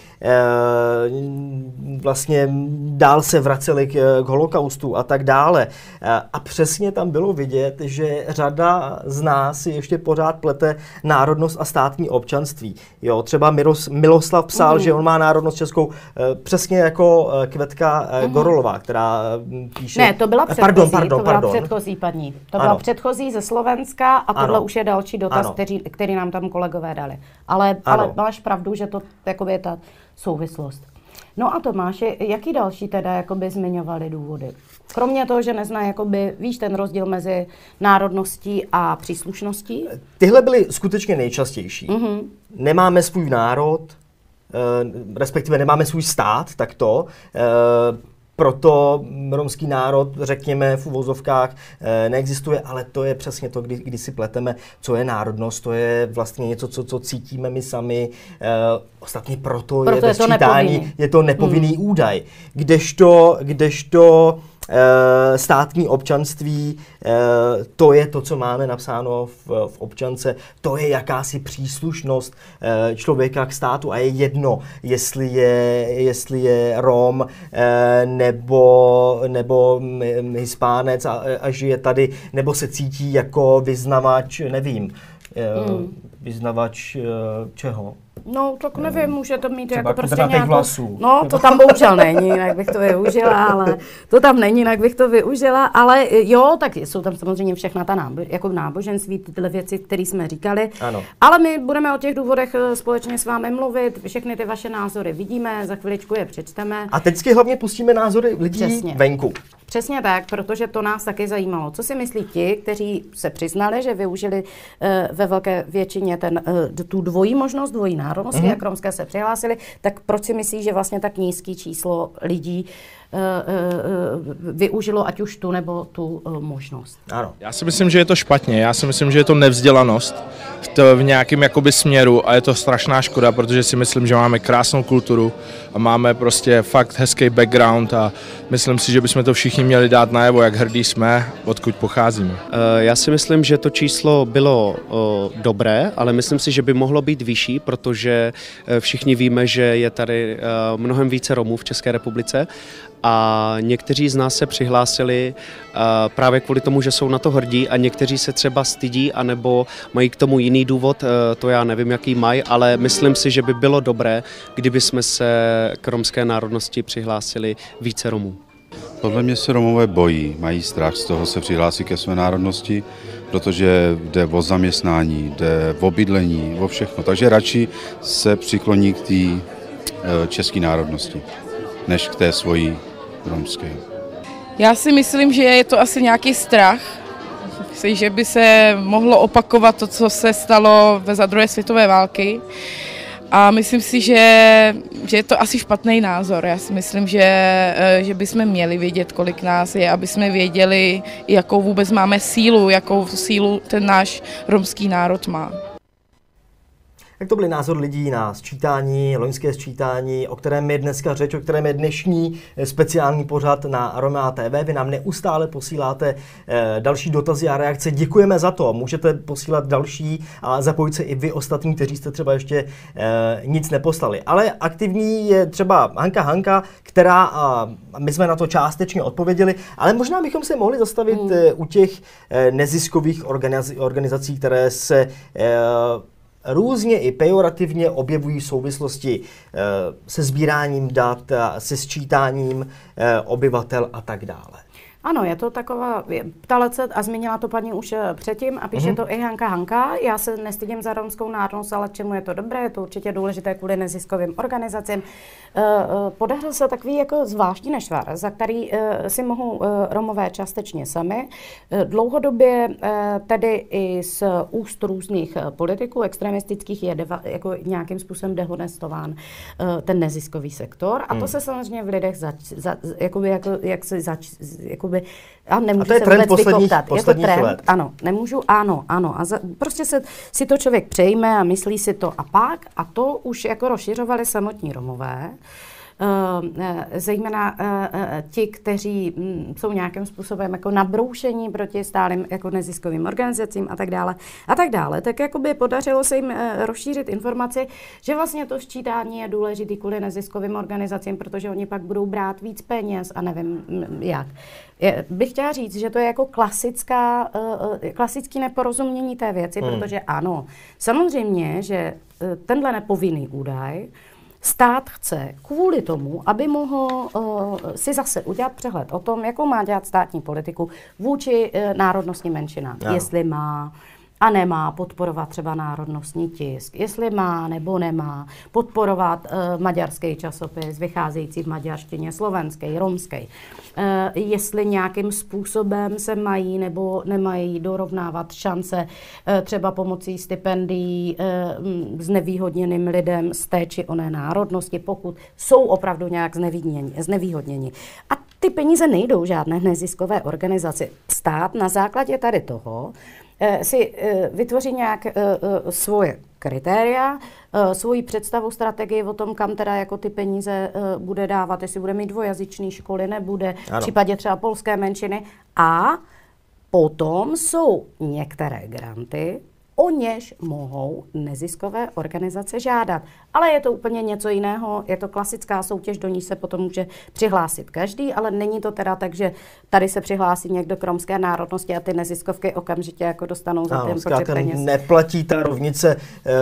Uh, vlastně dál se vraceli k, k holokaustu a tak dále. Uh, a přesně tam bylo vidět, že řada z nás si ještě pořád plete národnost a státní občanství. Jo, třeba Miros, Miloslav psal, mm. že on má národnost českou eh, přesně jako eh, Květka eh, mm. Gorolová, která eh, píše...
Ne, to byla předchozí,
pardon, pardon,
to byla
pardon.
předchozí paní. To byla ano. předchozí ze Slovenska a tohle
ano.
už je další dotaz, který, který nám tam kolegové dali. Ale, ale máš pravdu, že to jakoby je ta souvislost. No a Tomáši, jaký další teda jakoby zmiňovali důvody? Kromě toho, že nezná, jakoby, víš ten rozdíl mezi národností a příslušností?
Tyhle byly skutečně nejčastější. Mm-hmm. Nemáme svůj národ, eh, respektive nemáme svůj stát, takto. Eh, proto romský národ, řekněme v uvozovkách, eh, neexistuje, ale to je přesně to, kdy, kdy si pleteme, co je národnost. To je vlastně něco, co, co cítíme my sami. Eh, ostatně proto, proto je, je ve sčítání je to nepovinný hmm. údaj. Kdežto, kdežto e, státní občanství, e, to je to, co máme napsáno v, v občance, to je jakási příslušnost e, člověka k státu a je jedno, jestli je, jestli je Rom e, nebo, nebo Hispánec a, a žije tady, nebo se cítí jako vyznavač, nevím, e, hmm. vyznavač e, čeho?
No, tak nevím, může to mít
třeba
jako prostě nějakou...
vlasů.
No, to tam bohužel není, jinak bych to využila, ale to tam není, jinak bych to využila, ale jo, tak jsou tam samozřejmě všechna ta nábo, jako náboženství, tyhle věci, které jsme říkali.
Ano.
Ale my budeme o těch důvodech společně s vámi mluvit, všechny ty vaše názory vidíme, za chviličku je přečteme.
A teďky hlavně pustíme názory lidí
Přesně.
venku.
Přesně tak, protože to nás taky zajímalo. Co si myslí ti, kteří se přiznali, že využili uh, ve velké většině ten, uh, tu dvojí možnost, dvojí národnosti, mm-hmm. jak romské se přihlásili, tak proč si myslí, že vlastně tak nízký číslo lidí uh, uh, využilo ať už tu nebo tu uh, možnost?
Ano.
Já si myslím, že je to špatně. Já si myslím, že je to nevzdělanost v, to, v nějakém jakoby směru a je to strašná škoda, protože si myslím, že máme krásnou kulturu a máme prostě fakt hezký background a myslím si, že bychom to všichni měli dát najevo, jak hrdí jsme, odkud pocházíme.
Já si myslím, že to číslo bylo dobré, ale myslím si, že by mohlo být vyšší, protože všichni víme, že je tady mnohem více Romů v České republice a někteří z nás se přihlásili právě kvůli tomu, že jsou na to hrdí a někteří se třeba stydí anebo mají k tomu jiný důvod, to já nevím, jaký mají, ale myslím si, že by bylo dobré, kdyby jsme se k romské národnosti přihlásili více Romů.
Podle mě se Romové bojí, mají strach z toho se přihlásit ke své národnosti, protože jde o zaměstnání, jde o bydlení, o všechno. Takže radši se přikloní k té české národnosti, než k té svojí romské.
Já si myslím, že je to asi nějaký strach, že by se mohlo opakovat to, co se stalo za druhé světové války. A myslím si, že, že je to asi špatný názor. Já si myslím, že, že bychom měli vědět, kolik nás je, aby jsme věděli, jakou vůbec máme sílu, jakou sílu ten náš romský národ má.
Tak to byl názor lidí na sčítání, loňské sčítání, o kterém je dneska řeč, o kterém je dnešní speciální pořad na Roma tečka té vé. Vy nám neustále posíláte eh, další dotazy a reakce. Děkujeme za to. Můžete posílat další a zapojit se i vy ostatní, kteří jste třeba ještě eh, nic neposlali. Ale aktivní je třeba Hanka Hanka, která, a my jsme na to částečně odpověděli, ale možná bychom se mohli zastavit hmm. eh, u těch eh, neziskových organizací, organizací, které se eh, různě i pejorativně objevují v souvislosti se sbíráním dat, se sčítáním obyvatel a tak dále.
Ano, je to taková, ptala se a zmínila to paní už předtím a píše mm-hmm. to i Hanka Hanka. Já se nestydím za romskou národnost, ale čemu je to dobré, je to určitě důležité kvůli neziskovým organizacím. Podařil se takový jako zvláštní nešvar, za který si mohou Romové částečně sami. Dlouhodobě tedy i z úst různých politiků extremistických je deva, jako nějakým způsobem dehonestován ten neziskový sektor a to hmm. se samozřejmě v lidech zač, za, jakoby, jako, jak se zač, jakoby, a nemůžu
a to je
se
trend
vůbec
posledních,
vykoutat.
posledních
je to trend,
let.
Ano, nemůžu, ano, ano. A za, prostě se, si to člověk přejme a myslí si to a pak, a to už jako rozšiřovali samotní Romové, Uh, uh, zejména uh, uh, ti, kteří um, jsou nějakým způsobem jako nabroušení proti stálým jako neziskovým organizacím a tak dále a tak dále, tak jakoby podařilo se jim uh, rozšířit informaci, že vlastně to sčítání je důležitý kvůli neziskovým organizacím, protože oni pak budou brát víc peněz a nevím jak. Je, bych chtěla říct, že to je jako klasická, uh, klasický neporozumění té věci, hmm. protože ano, samozřejmě, že uh, tenhle nepovinný údaj stát chce kvůli tomu, aby mohl uh, si zase udělat přehled o tom, jakou má dělat státní politiku vůči uh, národnostní menšinám. No. Jestli má a nemá podporovat třeba národnostní tisk, jestli má nebo nemá podporovat uh, maďarský časopis vycházející v maďarštině, slovenský, romský. Uh, jestli nějakým způsobem se mají nebo nemají dorovnávat šance uh, třeba pomocí stipendií uh, znevýhodněným lidem z té či oné národnosti, pokud jsou opravdu nějak znevýhodněni. A ty peníze nejdou žádné neziskové organizaci. Stát na základě tady toho si vytvoří nějak svoje kritéria, svoji představu, strategii o tom, kam teda jako ty peníze bude dávat, jestli bude mít dvojazyčné školy, nebude, ano. v případě třeba polské menšiny. A potom jsou některé granty, o něž mohou neziskové organizace žádat. Ale je to úplně něco jiného, je to klasická soutěž, do ní se potom může přihlásit každý, ale není to teda tak, že tady se přihlásí někdo k romské národnosti a ty neziskovky okamžitě jako dostanou za ten počet peněz.
Neplatí ta rovnice,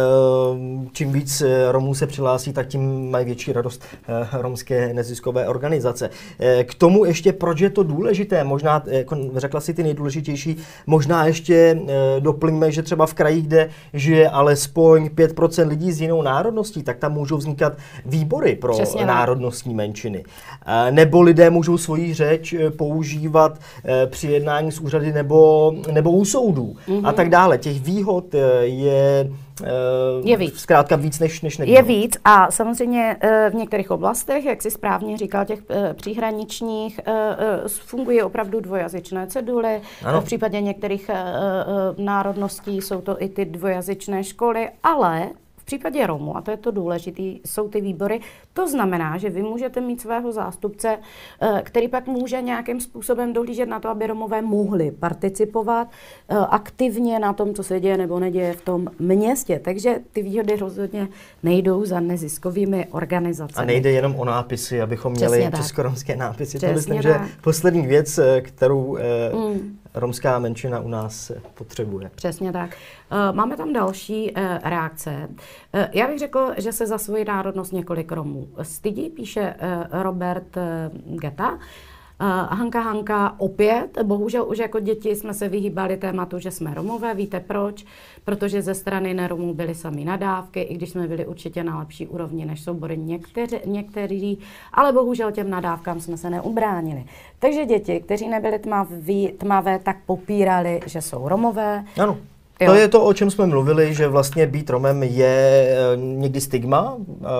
čím víc Romů se přihlásí, tak tím mají větší radost romské neziskové organizace. K tomu ještě, proč je to důležité, možná, jako řekla si ty nejdůležitější, možná ještě doplňme, že třeba v krajích, kde žije alespoň pět procent lidí z jinou národností, tak tam můžou vznikat výbory pro Přesně národnostní menšiny. Nebo lidé můžou svoji řeč používat při jednání s úřady nebo, nebo u soudů mm-hmm. a tak dále. Těch výhod je
Je víc.
Zkrátka víc než, než nevýhod.
Je víc a samozřejmě v některých oblastech, jak si správně říkal, těch příhraničních, fungují opravdu dvojazyčné ceduly. Ano. V případě některých národností jsou to i ty dvojazyčné školy, ale v případě Romů, a to je to důležité, jsou ty výbory. To znamená, že vy můžete mít svého zástupce, který pak může nějakým způsobem dohlížet na to, aby Romové mohli participovat aktivně na tom, co se děje nebo neděje v tom městě. Takže ty výhody rozhodně nejdou za neziskovými organizacemi.
A nejde jenom o nápisy, abychom Přesně měli tak. českoromské nápisy. Přesně to myslím, tak. že poslední věc, kterou mm. romská menšina u nás potřebuje.
Přesně tak. Máme tam další reakce. Já bych řekl, že se za svoji národnost několik Romů stydí, píše Robert Geta. Hanka Hanka opět, bohužel už jako děti jsme se vyhýbali tématu, že jsme Romové. Víte proč? Protože ze strany neromů byly samý nadávky, i když jsme byli určitě na lepší úrovni než soubory někteří, někteří, ale bohužel těm nadávkám jsme se neubránili. Takže děti, kteří nebyli tmaví, tmavé, tak popírali, že jsou Romové.
Ano. To je to, o čem jsme mluvili, že vlastně být Romem je někdy stigma,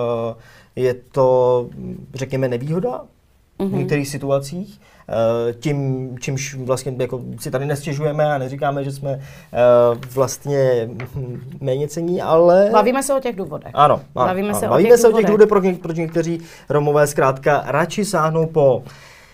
je to, řekněme, nevýhoda v mm-hmm. některých situacích. Tím, čímž vlastně jako si tady nestěžujeme a neříkáme, že jsme vlastně méněcenní, ale...
Bavíme se o těch důvodech.
Ano, ano
Bavíme
ano,
se
bavíme
o těch
se
důvodech.
o těch důvodech, proč někteří Romové zkrátka radši sáhnou po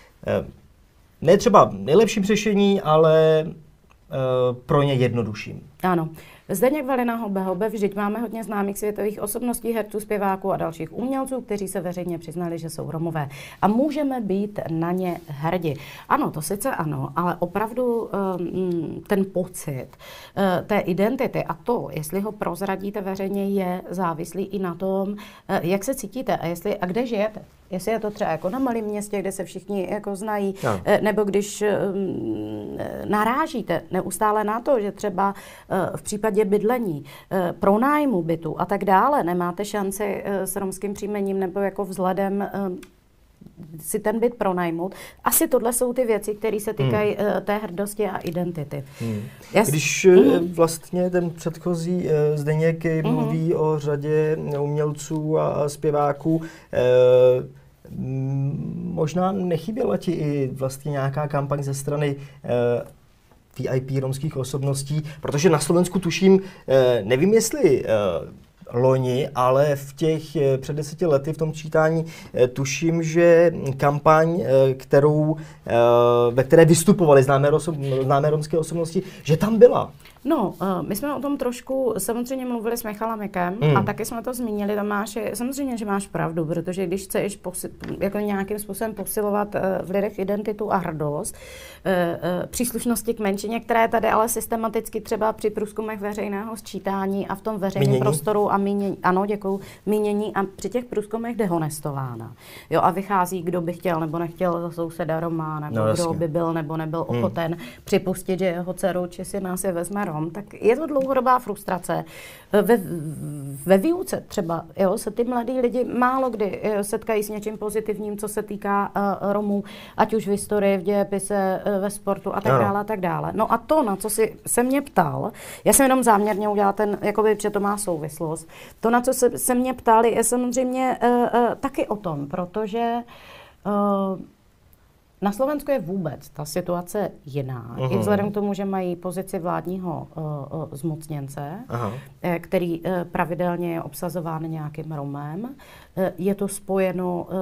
ne třeba nejlepším řešení, ale pro ně jednodušším.
Ano. Zdeněk Valina Hobe Hobe, vždyť máme hodně známých světových osobností, herců, zpěváků a dalších umělců, kteří se veřejně přiznali, že jsou Romové. A můžeme být na ně hrdi. Ano, to sice ano, ale opravdu um, ten pocit uh, té identity a to, jestli ho prozradíte veřejně, je závislý i na tom, uh, jak se cítíte a, jestli, a kde žijete. Jestli je to třeba jako na malém městě, kde se všichni jako znají, no. nebo když um, narážíte neustále na to, že třeba uh, v případě bydlení, uh, pronájmu bytu a tak dále, nemáte šanci uh, s romským příjmením nebo jako vzhledem uh, si ten byt pronajmout. Asi tohle jsou ty věci, které se týkají hmm. uh, té hrdosti a identity. Hmm.
Jas... Když hmm. vlastně ten předchozí uh, Zdeněk hmm. mluví o řadě umělců a, a zpěváků, uh, možná nechyběla ti i vlastně nějaká kampaň ze strany uh, V I P romských osobností, protože na Slovensku tuším, uh, nevím jestli uh, loni, ale v těch před deseti lety v tom čítání tuším, že kampaň, kterou, ve které vystupovaly známé, osob- známé romské osobnosti, že tam byla.
No, my jsme o tom trošku samozřejmě mluvili s Michalem Mikem hmm. a taky jsme to zmínili. Tam máš, samozřejmě, že máš pravdu, protože když chceš posi- jako nějakým způsobem posilovat v lidech identitu a hrdost, příslušnosti k menšině, které tady ale systematicky třeba při průzkumech veřejného sčítání a v tom veřejném mínění. prostoru a mínění, ano, děkuju, mínění a při těch průzkumech dehonestována. Jo, a vychází, kdo by chtěl nebo nechtěl za souseda Roma, nebo no, kdo by byl nebo nebyl hmm. ochoten připustit, že jeho dceru či syna si vezme Rom, tak je to dlouhodobá frustrace. Ve, ve výuce třeba jo, se ty mladí lidi málo kdy setkají s něčím pozitivním, co se týká uh, Romů, ať už v historii, v dějepise, uh, ve sportu a tak no. dále a tak dále. No a to, na co si se mě ptal, já jsem jenom záměrně udělala ten, jakoby, že to má souvislost, to, na co se, se mě ptali, je samozřejmě uh, uh, taky o tom, protože uh, na Slovensku je vůbec ta situace jiná. Uhum. I vzhledem k tomu, že mají pozici vládního uh, uh, zmocněnce, Aha. eh, který uh, pravidelně je obsazován nějakým Romem. Uh, je to spojeno uh,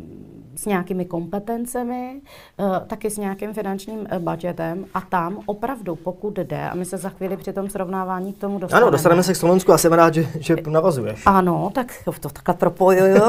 s nějakými kompetencemi, uh, taky s nějakým finančním uh, budgetem a tam opravdu, pokud jde, a my se za chvíli při tom srovnávání k tomu dostaneme.
Ano, dostaneme se k Slovensku a jsem rád, že, že navazuješ.
Ano, tak to takhle propojuju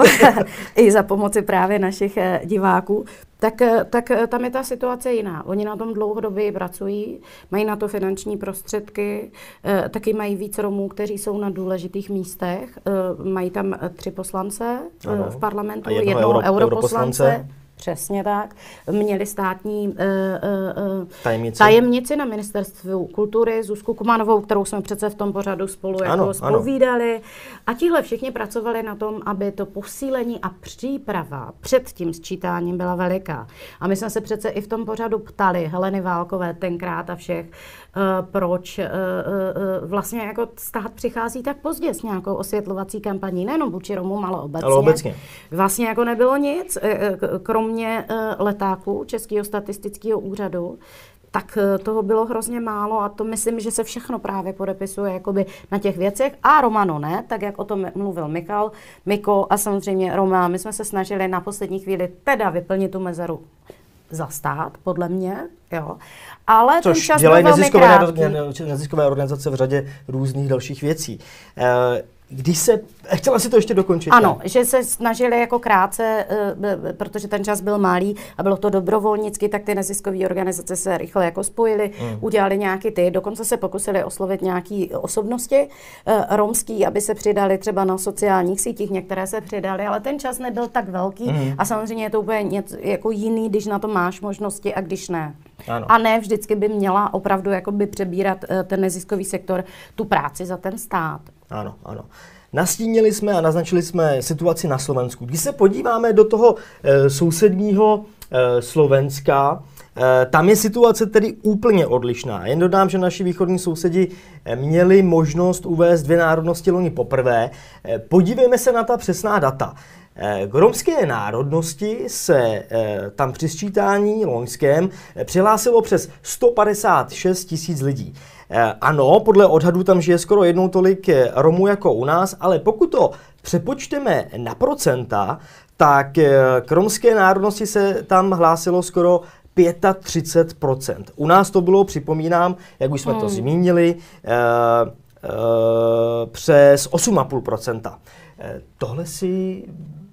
i za pomoci právě našich uh, diváků. Tak, tak tam je ta situace jiná. Oni na tom dlouhodobě pracují, mají na to finanční prostředky, eh, taky mají víc Romů, kteří jsou na důležitých místech. Eh, mají tam tři poslance eh, v parlamentu, jednoho, jednoho euro, europoslance. europoslance. Přesně tak. Měli státní uh, uh, tajemnici. tajemnici na ministerstvu kultury Zuzku Kumanovou, kterou jsme přece v tom pořadu spolu ano, jako zpovídali. A tihle všichni pracovali na tom, aby to posílení a příprava před tím sčítáním byla veliká. A my jsme se přece i v tom pořadu ptali Heleny Válkové tenkrát a všech, uh, proč uh, uh, vlastně jako stát přichází tak pozdě s nějakou osvětlovací kampaní, nejenom vůči Romům, ale obecně.
Ale obecně.
Vlastně jako nebylo nic, krom mě letáků Českého statistického úřadu, tak toho bylo hrozně málo a to myslím, že se všechno právě podepisuje jakoby na těch věcech. A Romano ne, tak jak o tom mluvil Michal, Miko a samozřejmě Roma. My jsme se snažili na poslední chvíli teda vyplnit tu mezeru za stát, podle mě, jo. Ale
což
ten čas
dělají
byl velmi krátký.
neziskové organizace v řadě různých dalších věcí. E, Když se, chtěla si to ještě dokončit.
Ano, ne? Že se snažili jako krátce, protože ten čas byl malý a bylo to dobrovolnicky, tak ty neziskové organizace se rychle jako spojily, mm. udělali nějaký ty, dokonce se pokusili oslovit nějaký osobnosti romský, aby se přidali třeba na sociálních sítích, některé se přidali, ale ten čas nebyl tak velký mm. a samozřejmě je to úplně něco jako jiný, když na to máš možnosti a když ne. Ano. A ne vždycky by měla opravdu jakoby přebírat ten neziskový sektor tu práci za ten stát.
Ano, ano. Nastínili jsme a naznačili jsme situaci na Slovensku. Když se podíváme do toho e, sousedního e, Slovenska, e, tam je situace tedy úplně odlišná. Jen dodám, že naši východní sousedi měli možnost uvést dvě národnosti loni poprvé. E, podívejme se na ta přesná data. K romské národnosti se e, tam při sčítání loňském přihlásilo přes sto padesát šest tisíc lidí. E, ano, podle odhadů tam žije skoro jednou tolik Romů jako u nás, ale pokud to přepočteme na procenta, tak e, k romské národnosti se tam hlásilo skoro třicet pět procent. U nás to bylo, připomínám, jak už jsme hmm. to zmínili, e, e, přes osm celá pět procenta. E, tohle si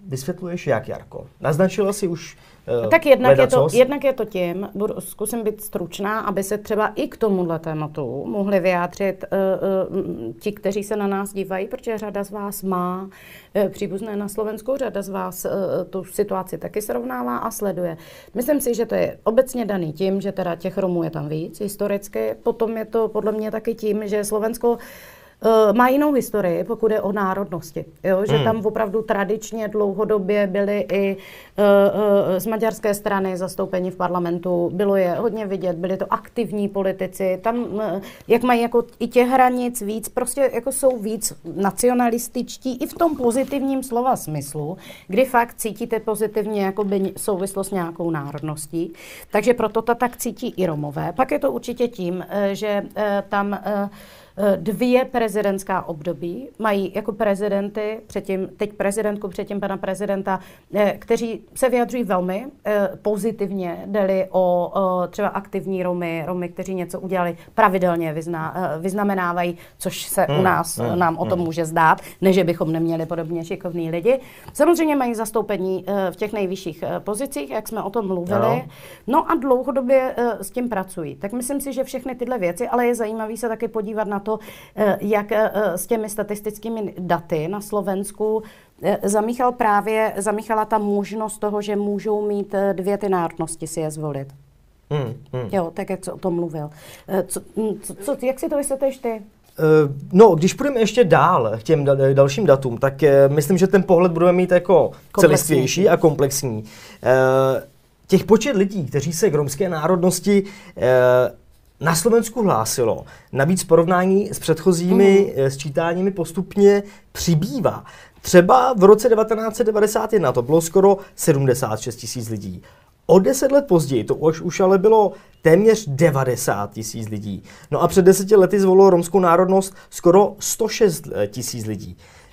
vysvětluješ jak, Jarko? Naznačila si už uh,
Tak jednak je, to,
ledacos?
jednak je to tím, budu, zkusím být stručná, aby se třeba i k tomuhle tématu mohli vyjádřit uh, uh, ti, kteří se na nás dívají, protože řada z vás má uh, příbuzné na Slovensku, řada z vás uh, tu situaci taky srovnává a sleduje. Myslím si, že to je obecně daný tím, že teda těch Romů je tam víc historicky, potom je to podle mě taky tím, že Slovensko Uh, má jinou historii, pokud je o národnosti. Jo? Že hmm. tam opravdu tradičně dlouhodobě byly i uh, uh, z maďarské strany zastoupení v parlamentu. Bylo je hodně vidět, byli to aktivní politici. Tam, uh, jak mají jako i těch hranic víc, prostě jako jsou víc nacionalističtí i v tom pozitivním slova smyslu, kdy fakt cítíte pozitivně jakoby souvislost s nějakou národností. Takže proto to tak cítí i Romové. Pak je to určitě tím, uh, že uh, tam uh, dvě prezidentská období, mají jako prezidenty, předtím, teď prezidentku, předtím pana prezidenta, kteří se vyjadřují velmi pozitivně, jde-li o třeba aktivní Romy, Romy, kteří něco udělali, pravidelně vyzna, vyznamenávají, což se u nás mm, nám mm, o tom může zdát, ne, že bychom neměli podobně šikovní lidi. Samozřejmě mají zastoupení v těch nejvyšších pozicích, jak jsme o tom mluvili, no, no a dlouhodobě s tím pracují. Tak myslím si, že všechny tyhle věci, ale je zajímavý se taky podívat na to, jak s těmi statistickými daty na Slovensku zamíchal právě, zamíchala ta možnost toho, že můžou mít dvě ty národnosti si je zvolit. Hmm, hmm. Jo, tak jak jsi o tom mluvil. Co, co, co, jak si to vysvětlíš ty?
No, když půjdeme ještě dál k těm dalším datům, tak myslím, že ten pohled budeme mít jako celistvější a komplexní. Těch počet lidí, kteří se k romské národnosti na Slovensku hlásilo, navíc porovnání s předchozími mm. sčítáními postupně přibývá. Třeba v roce devatenáct set devadesát jedna to bylo skoro sedmdesát šest tisíc lidí. O deset let později to už, už ale bylo téměř devadesát tisíc lidí. No a před deseti lety zvolilo romskou národnost skoro sto šest tisíc lidí.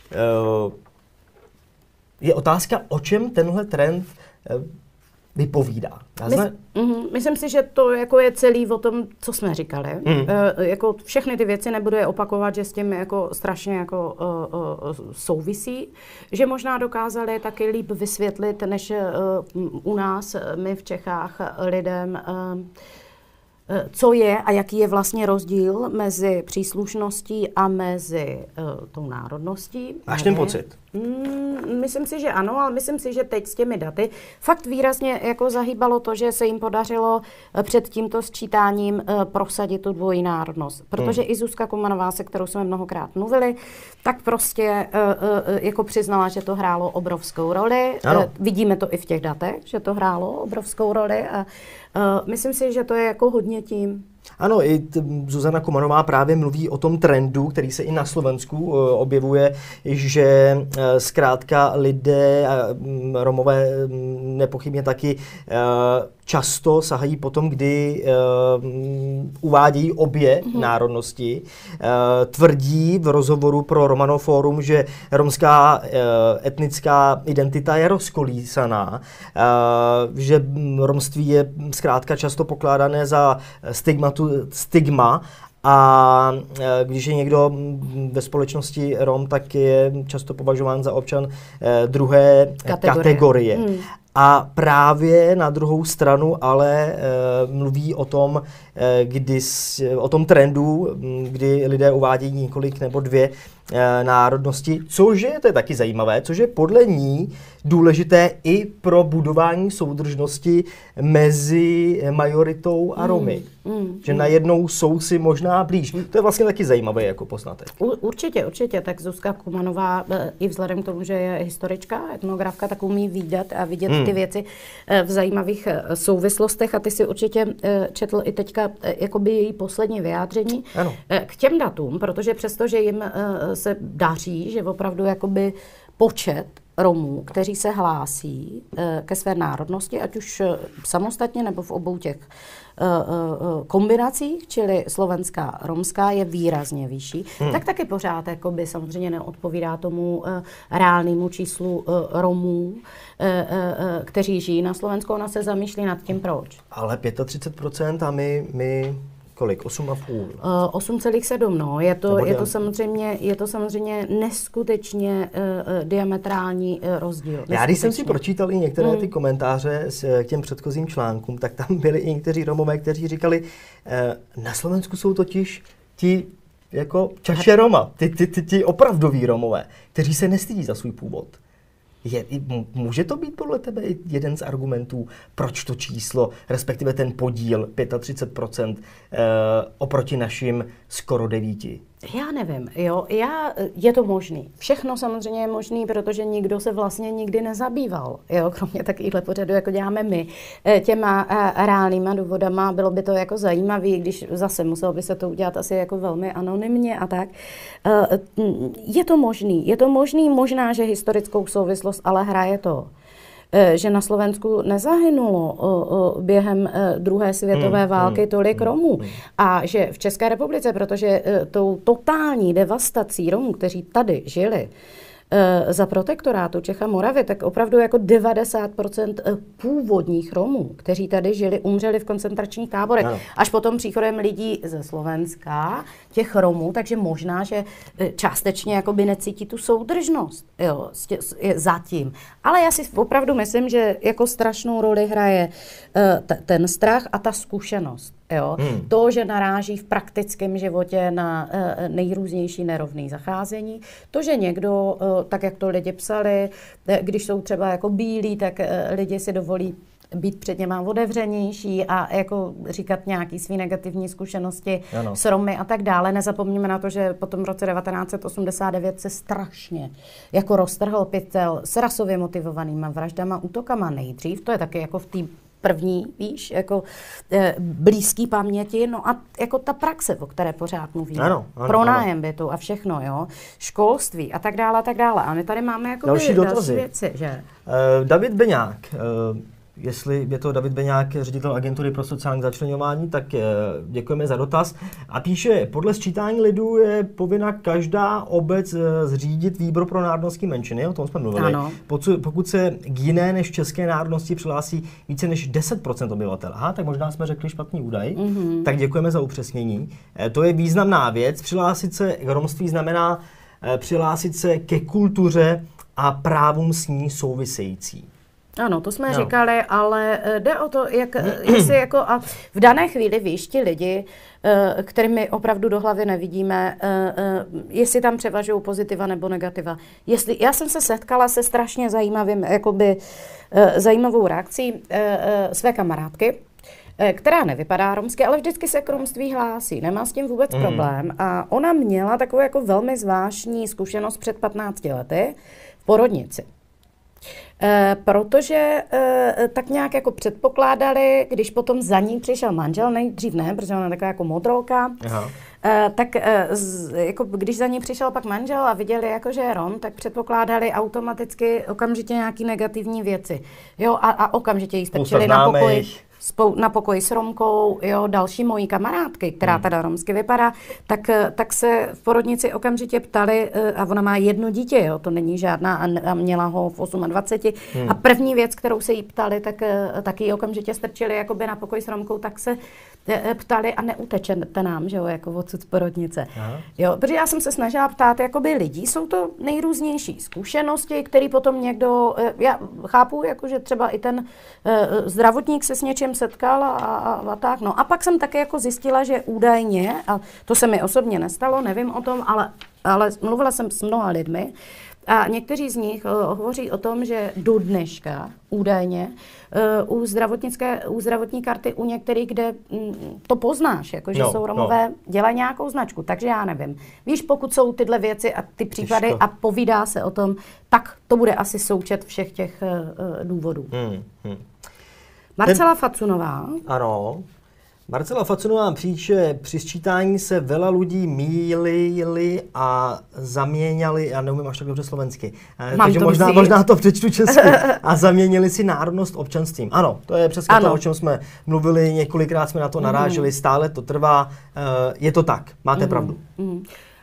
Je otázka, o čem tenhle trend vypovídá.
Mys- mm, myslím si, že to jako je celý o tom, co jsme říkali. Mm. E, jako všechny ty věci nebudu je opakovat, že s tím jako strašně jako uh, uh, souvisí. Že možná dokázali taky líp vysvětlit, než uh, u nás, my v Čechách, lidem, uh, co je a jaký je vlastně rozdíl mezi příslušností a mezi uh, tou národností.
Máš ten pocit?
Mm, myslím si, že ano, ale myslím si, že teď s těmi daty fakt výrazně jako zahýbalo to, že se jim podařilo před tímto sčítáním uh, prosadit tu dvojí národnost. Protože hmm. i Zuzka Kumanová, se kterou jsme mnohokrát mluvili, tak prostě uh, uh, jako přiznala, že to hrálo obrovskou roli. Uh, vidíme to i v těch datech, že to hrálo obrovskou roli a uh, myslím si, že to je jako hodně tím.
Ano, i t- Zuzana Kumanová právě mluví o tom trendu, který se i na Slovensku uh, objevuje, že uh, zkrátka lidé a um, Romové um, nepochybně taky uh, často sahají potom, kdy uh, um, uvádějí obě mm-hmm. národnosti. Uh, tvrdí v rozhovoru pro Romano Forum, že romská uh, etnická identita je rozkolísaná, uh, že romství je zkrátka často pokládané za stigma stigma a když je někdo ve společnosti Rom, tak je často považován za občan druhé kategorie. kategorie. Hmm. A právě na druhou stranu ale e, mluví o tom, e, kdy, o tom trendu, kdy lidé uvádějí několik nebo dvě e, národnosti, což je, to je taky zajímavé, což je podle ní důležité i pro budování soudržnosti mezi majoritou a Romy. Mm, mm, že mm. najednou jsou si možná blíž. Mm. To je vlastně taky zajímavé jako poznatek.
U, určitě, určitě. Tak Zuzka Kumanová, i vzhledem k tomu, že je historička, etnografka, tak umí vidět a vidět mm. ty věci v zajímavých souvislostech. A ty si určitě četl i teďka jakoby její poslední vyjádření
ano.
k těm datům, protože přesto, že jim se daří, že opravdu jakoby počet Romů, kteří se hlásí ke své národnosti, ať už samostatně nebo v obou těch kombinacích, čili slovenská, romská, je výrazně vyšší, hmm. tak taky pořád jakoby, samozřejmě neodpovídá tomu reálnému číslu Romů, kteří žijí na Slovensku. Ona se zamýšlí nad tím, proč.
Ale třicet pět procent a my, my kolik? osm a půl?
Uh, osm celá sedm, no. Je to,
Nebo
je to samozřejmě, je to samozřejmě neskutečně uh, diametrální uh, rozdíl.
Já když jsem si pročítal i některé hmm. ty komentáře s, k těm předchozím článkům, tak tam byli i někteří Romové, kteří říkali, uh, na Slovensku jsou totiž ti jako čaše Roma, ty, ty, ty, ty opravdoví Romové, kteří se nestydí za svůj původ. Je, může to být podle tebe jeden z argumentů, proč to číslo, respektive ten podíl třicet pět procent eh, oproti našim skoro devíti?
Já nevím, jo, já, je to možný. Všechno samozřejmě je možný, protože nikdo se vlastně nikdy nezabýval, jo, kromě takovýchhle pořadů, jako děláme my, těma reálnýma důvodama. Bylo by to jako zajímavé, když zase muselo by se to udělat asi jako velmi anonymně a tak. Je to možný, je to možný, možná, že historickou souvislost, ale hraje to, že na Slovensku nezahynulo během druhé světové války tolik Romů. A že v České republice, protože tou totální devastací Romů, kteří tady žili za protektorátu Čech a Moravy, tak opravdu jako devadesát procent původních Romů, kteří tady žili, umřeli v koncentračních táborech. Ano. Až potom příchodem lidí ze Slovenska, těch Romů, takže možná, že částečně jakoby necítí tu soudržnost, jo, zatím. Ale já si opravdu myslím, že jako strašnou roli hraje t- ten strach a ta zkušenost. Jo? Hmm. To, že naráží v praktickém životě na uh, nejrůznější nerovné zacházení, to, že někdo, uh, tak jak to lidi psali, uh, když jsou třeba jako bílí, tak uh, lidi si dovolí být před něma otevřenější a jako říkat nějaký svý negativní zkušenosti ano. s Romy a tak dále. Nezapomněme na to, že potom v roce devatenáct set osmdesát devět se strašně jako roztrhl pytel s rasově motivovanýma vraždama, útokama nejdřív. To je taky jako v té první, víš, jako e, blízký paměti, no a jako ta praxe, o které pořád mluvíme.
Ano, ano,
pronájem bytu a všechno, jo, školství a tak dále, a tak dále. A my tady máme jako
další,
další věci, že?
Uh, David Beňák, uh, jestli je to David Beňák, ředitel agentury pro sociální začleňování, tak uh, děkujeme za dotaz. A píše, podle sčítání lidu je povinna každá obec uh, zřídit výbor pro národnostní menšiny, o tom jsme mluvili. Ano. Pokud, pokud se k jiné než české národnosti přihlásí více než deset procent obyvatel. Aha, tak možná jsme řekli špatný údaj, mm-hmm. tak děkujeme za upřesnění. Uh, to je významná věc. Přihlásit se k romství znamená uh, přihlásit se ke kultuře a právům s ní související.
Ano, to jsme no. říkali, ale jde o to, jak, jestli jako a v dané chvíli víš, ti lidi, kterými opravdu do hlavy nevidíme, jestli tam převažují pozitiva nebo negativa. Jestli, já jsem se setkala se strašně zajímavým, jakoby, zajímavou reakcí své kamarádky, která nevypadá romsky, ale vždycky se k romství hlásí, nemá s tím vůbec mm. problém. A ona měla takovou jako velmi zvláštní zkušenost před patnácti lety v porodnici. E, protože e, tak nějak jako předpokládali, když potom za ní přišel manžel, nejdřív ne, protože ona je taková jako modrolka, e, tak e, z, jako když za ní přišel pak manžel a viděli, jako, že je Rom, tak předpokládali automaticky okamžitě nějaký negativní věci. Jo, a, a okamžitě jí strčili na pokoj. Spou- na pokoji s Romkou, jo, další mojí kamarádky, která hmm. teda romsky vypadá, tak, tak se v porodnici okamžitě ptali, a ona má jedno dítě, jo, to není žádná, a měla ho v dvaceti osmi. Hmm. A první věc, kterou se jí ptali, tak taky okamžitě strčili jakoby na pokoj s Romkou, tak se ptali a neutečete nám, že jo, jako odsud z porodnice. Aha. Jo, protože já jsem se snažila ptát jakoby lidí, jsou to nejrůznější zkušenosti, které potom někdo, já chápu, jako, že třeba i ten zdravotník se s něčím setkal a, a, a tak. No a pak jsem také jako zjistila, že údajně, a to se mi osobně nestalo, nevím o tom, ale, ale mluvila jsem s mnoha lidmi a někteří z nich uh, hovoří o tom, že do dneška údajně uh, u, zdravotnické, u zdravotní karty u některých, kde mm, to poznáš, jako, že no, jsou Romové, no. dělají nějakou značku, takže já nevím. Víš, pokud jsou tyhle věci a ty případy Těžko. a povídá se o tom, tak to bude asi součet všech těch uh, důvodů. Hmm, hmm. Marcela Facunová.
Ano. Marcela Facunová píše, při sčítání se veľa lidí mýlili a zaměňali, já neumím až tak dobře slovensky, Mám takže to možná, možná to přečtu česky, a zaměnili si národnost občanstvím. Ano, to je přesně ano. to, o čem jsme mluvili, několikrát jsme na to naráželi, stále to trvá, je to tak, máte mm. pravdu.
Mm.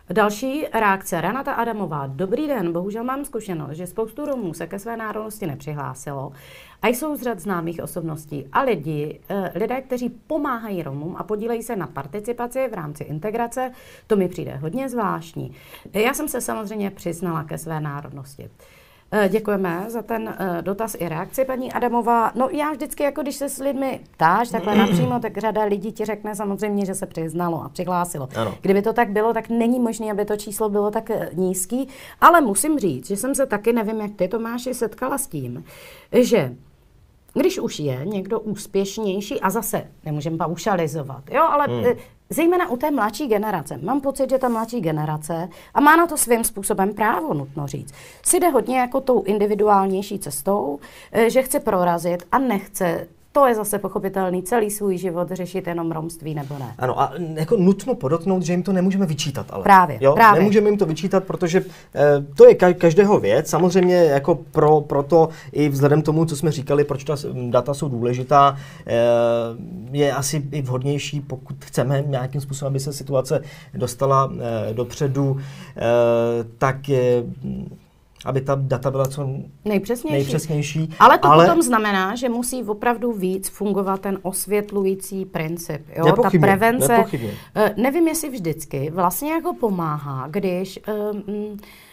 Další reakce. Renata Adamová. Dobrý den, bohužel mám zkušenost, že spoustu Romů se ke své národnosti nepřihlásilo a jsou z řad známých osobností a lidi, lidé, kteří pomáhají Romům a podílejí se na participaci v rámci integrace, to mi přijde hodně zvláštní. Já jsem se samozřejmě přiznala ke své národnosti. Děkujeme za ten dotaz i reakci, paní Adamová. No já vždycky, jako když se s lidmi ptáš takhle napřímo, tak řada lidí ti řekne samozřejmě, že se přiznalo a přihlásilo. Ano. Kdyby to tak bylo, tak není možné, aby to číslo bylo tak nízký, ale musím říct, že jsem se taky, nevím jak ty, Tomáši, setkala s tím, že když už je někdo úspěšnější, a zase nemůžeme paušalizovat, jo, ale hmm. zejména u té mladší generace. Mám pocit, že ta mladší generace, a má na to svým způsobem právo, nutno říct, si jde hodně jako tou individuálnější cestou, že chce prorazit a nechce, to je zase pochopitelný, celý svůj život řešit jenom romství nebo ne.
Ano, a jako nutno podotknout, že jim to nemůžeme vyčítat, ale.
Právě,
jo?
právě.
Nemůžeme jim to vyčítat, protože eh, to je ka- každého věc. Samozřejmě jako pro, pro to i vzhledem tomu, co jsme říkali, proč ta data jsou důležitá, eh, je asi i vhodnější, pokud chceme nějakým způsobem, aby se situace dostala eh, dopředu, eh, tak je, aby ta data byla co
nejpřesnější.
nejpřesnější.
Ale to ale potom znamená, že musí opravdu víc fungovat ten osvětlující princip. Jo?
Nepochybně,
ta prevence,
nepochybně.
Nevím, jestli vždycky vlastně jako pomáhá, když... Um, uh,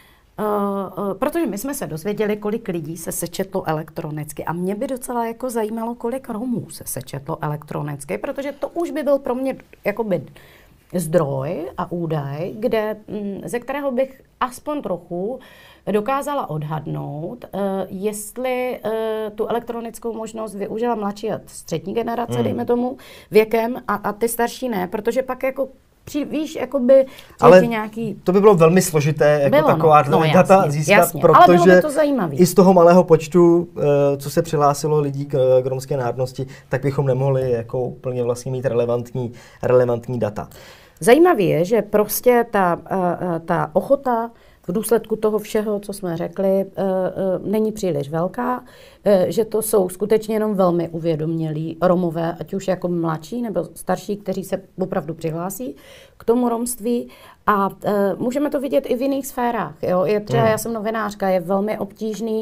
uh, protože my jsme se dozvěděli, kolik lidí se sečetlo elektronicky a mě by docela jako zajímalo, kolik Romů se sečetlo elektronicky, protože to už by byl pro mě jakoby zdroj a údaj, kde, ze kterého bych aspoň trochu dokázala odhadnout, uh, jestli uh, tu elektronickou možnost využila mladší a střední generace, hmm. dejme tomu, věkem a, a ty starší ne, protože pak jako při, víš, jakoby
ale
nějaký...
to by bylo velmi složité jako
bylo,
taková
no, no,
data
jasně,
získat,
jasně,
protože
ale bylo by to zajímavý.
I z toho malého počtu, uh, co se přihlásilo lidí k, k romské národnosti, tak bychom nemohli jako úplně vlastně mít relevantní, relevantní data.
Zajímavé je, že prostě ta, uh, ta ochota v důsledku toho všeho, co jsme řekli, není příliš velká, že to jsou skutečně jenom velmi uvědomělí Romové, ať už jako mladší nebo starší, kteří se opravdu přihlásí k tomu romství. A můžeme to vidět i v jiných sférách. Jo? Je třeba, já jsem novinářka, je velmi obtížný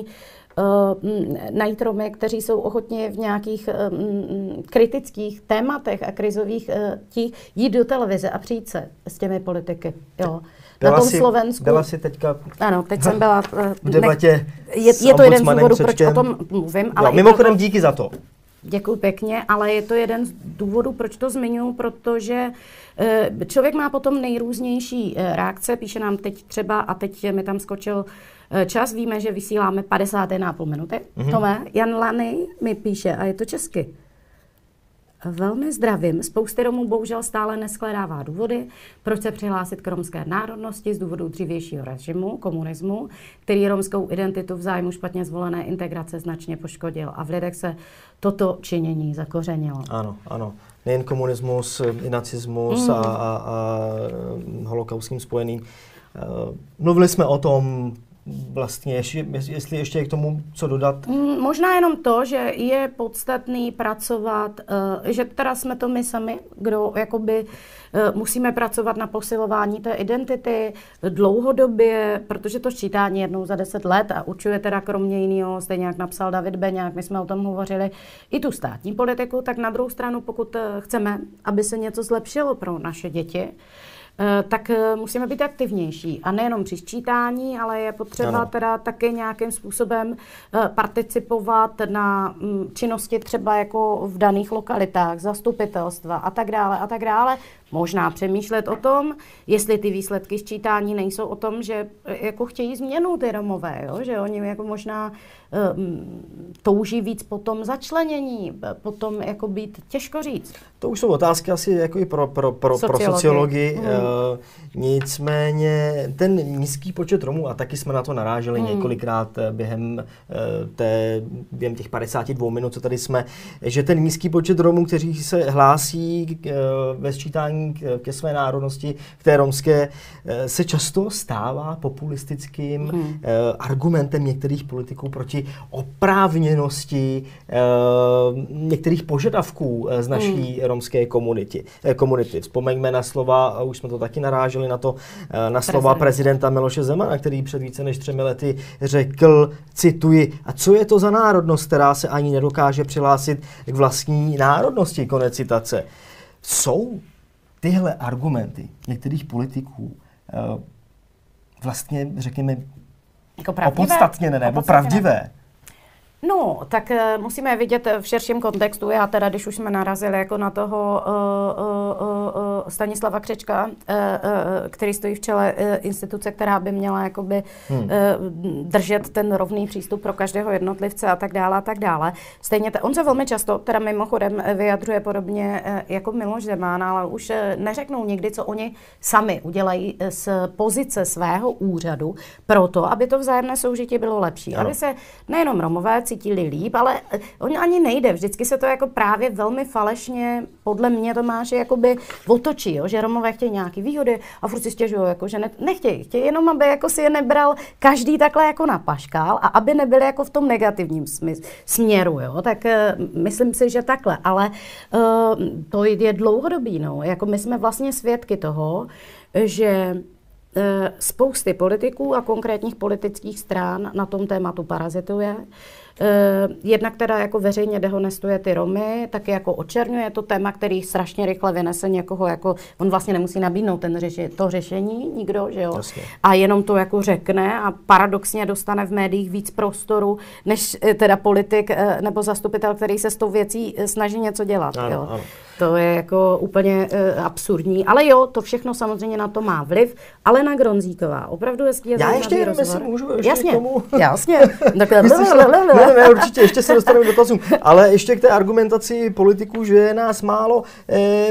najít Romy, kteří jsou ochotni v nějakých um, kritických tématech a krizových uh, těch jít do televize a přijít se s těmi politiky. Jo.
Byla
Na tom
si,
Slovensku.
Byla si teďka
ano, teď jsem byla uh,
v debatě
ne, je, je to jeden z důvodů, proč o tom mluvím.
Jo,
Ale
mimochodem
proto,
díky za to.
Děkuji pěkně, ale je to jeden z důvodů, proč to zmiňuji, protože uh, člověk má potom nejrůznější uh, reakce, píše nám teď třeba, a teď mi tam skočil čas, víme, že vysíláme padesát jedna a půl minuty. Mm-hmm. Tome, Jan Lany mi píše, a je to česky. Velmi zdravím. Spousty Romů bohužel stále neshledává důvody, proč se přihlásit k romské národnosti z důvodu dřívějšího režimu, komunismu, který romskou identitu v zájmu špatně zvolené integrace značně poškodil. A v lidech se toto činění zakořenilo.
Ano, ano. Nejen komunismus, i nacismus mm. a, a, a holokaust s tím spojený. Mluvili jsme o tom, vlastně, jestli ještě je k tomu co dodat?
Možná jenom to, že je podstatný pracovat, že teda jsme to my sami, kdo jakoby musíme pracovat na posilování té identity dlouhodobě, protože to sčítání jednou za deset let a určuje teda kromě jiného, stejně jak napsal David Beňák, my jsme o tom hovořili, i tu státní politiku, tak na druhou stranu, pokud chceme, aby se něco zlepšilo pro naše děti, tak musíme být aktivnější. A nejenom při sčítání, ale je potřeba ano. teda taky nějakým způsobem participovat na činnosti třeba jako v daných lokalitách, zastupitelstva a tak dále a tak dále. Možná přemýšlet o tom, jestli ty výsledky sčítání nejsou o tom, že jako chtějí změnu ty Romové, jo? Že oni jako možná um, touží víc po tom začlenění, potom jako být, těžko říct.
To už jsou otázky asi jako i pro, pro, pro, pro sociologii. Hmm. Uh, nicméně ten nízký počet Romů, a taky jsme na to naráželi hmm. několikrát během, uh, té, během těch padesáti dvou minut, co tady jsme, že ten nízký počet Romů, kteří se hlásí uh, ve sčítání chování ke své národnosti, k té romské, se často stává populistickým hmm. argumentem některých politiků proti oprávněnosti některých požadavků z naší hmm. romské komunity. komunity. Vzpomeňme na slova, už jsme to taky naráželi na to, na slova Prezident. prezidenta Miloše Zemana, který před více než třemi lety řekl, cituji, a co je to za národnost, která se ani nedokáže přihlásit k vlastní národnosti, konec citace. Jsou tyhle argumenty některých politiků vlastně, řekněme,
jako
opodstatněné nebo pravdivé?
No, tak uh, musíme vidět v širším kontextu. Já teda, když už jsme narazili jako na toho uh, uh, uh, Stanislava Křečka, uh, uh, který stojí v čele uh, instituce, která by měla jakoby hmm. uh, držet ten rovný přístup pro každého jednotlivce a tak dále a tak dále. Stejně te, on se velmi často, teda mimochodem vyjadřuje podobně uh, jako Miloš Zeman, ale už uh, neřeknou nikdy, co oni sami udělají z pozice svého úřadu proto, aby to vzájemné soužití bylo lepší. Ano. Aby se nejenom Romové cítili líp, ale oni ani nejde. Vždycky se to jako právě velmi falešně, podle mě Tomáši, jakoby otočí, jo? Že Romové chtějí nějaký výhody a furt si stěžují, jako, že ne, nechtějí. Chtějí jenom, aby jako si je nebral každý takhle jako na paškál a aby nebyli jako v tom negativním smysl, směru. Jo? Tak uh, myslím si, že takhle. Ale uh, to je dlouhodobý. No? Jako my jsme vlastně svědky toho, že spousty politiků a konkrétních politických stran na tom tématu parazituje. Jednak teda jako veřejně dehonestuje ty Romy, taky jako očerňuje to téma, který strašně rychle vynese někoho, jako on vlastně nemusí nabídnout ten řeši, to řešení, nikdo, že jo? Jasně. A jenom to jako řekne a paradoxně dostane v médiích víc prostoru, než teda politik nebo zastupitel, který se s tou věcí snaží něco dělat. Ano, jo? Ano. To je jako úplně uh, absurdní. Ale jo, to všechno samozřejmě na to má vliv. Alena Gronzíková, opravdu hezký je.
Já ještě jenom, jestli můžu ještě
jasně,
k tomu.
Jasně,
takhle. ne, ne, určitě, ještě se dostaneme k dotazům. Ale ještě k té argumentaci politiků, že je nás málo. Eh,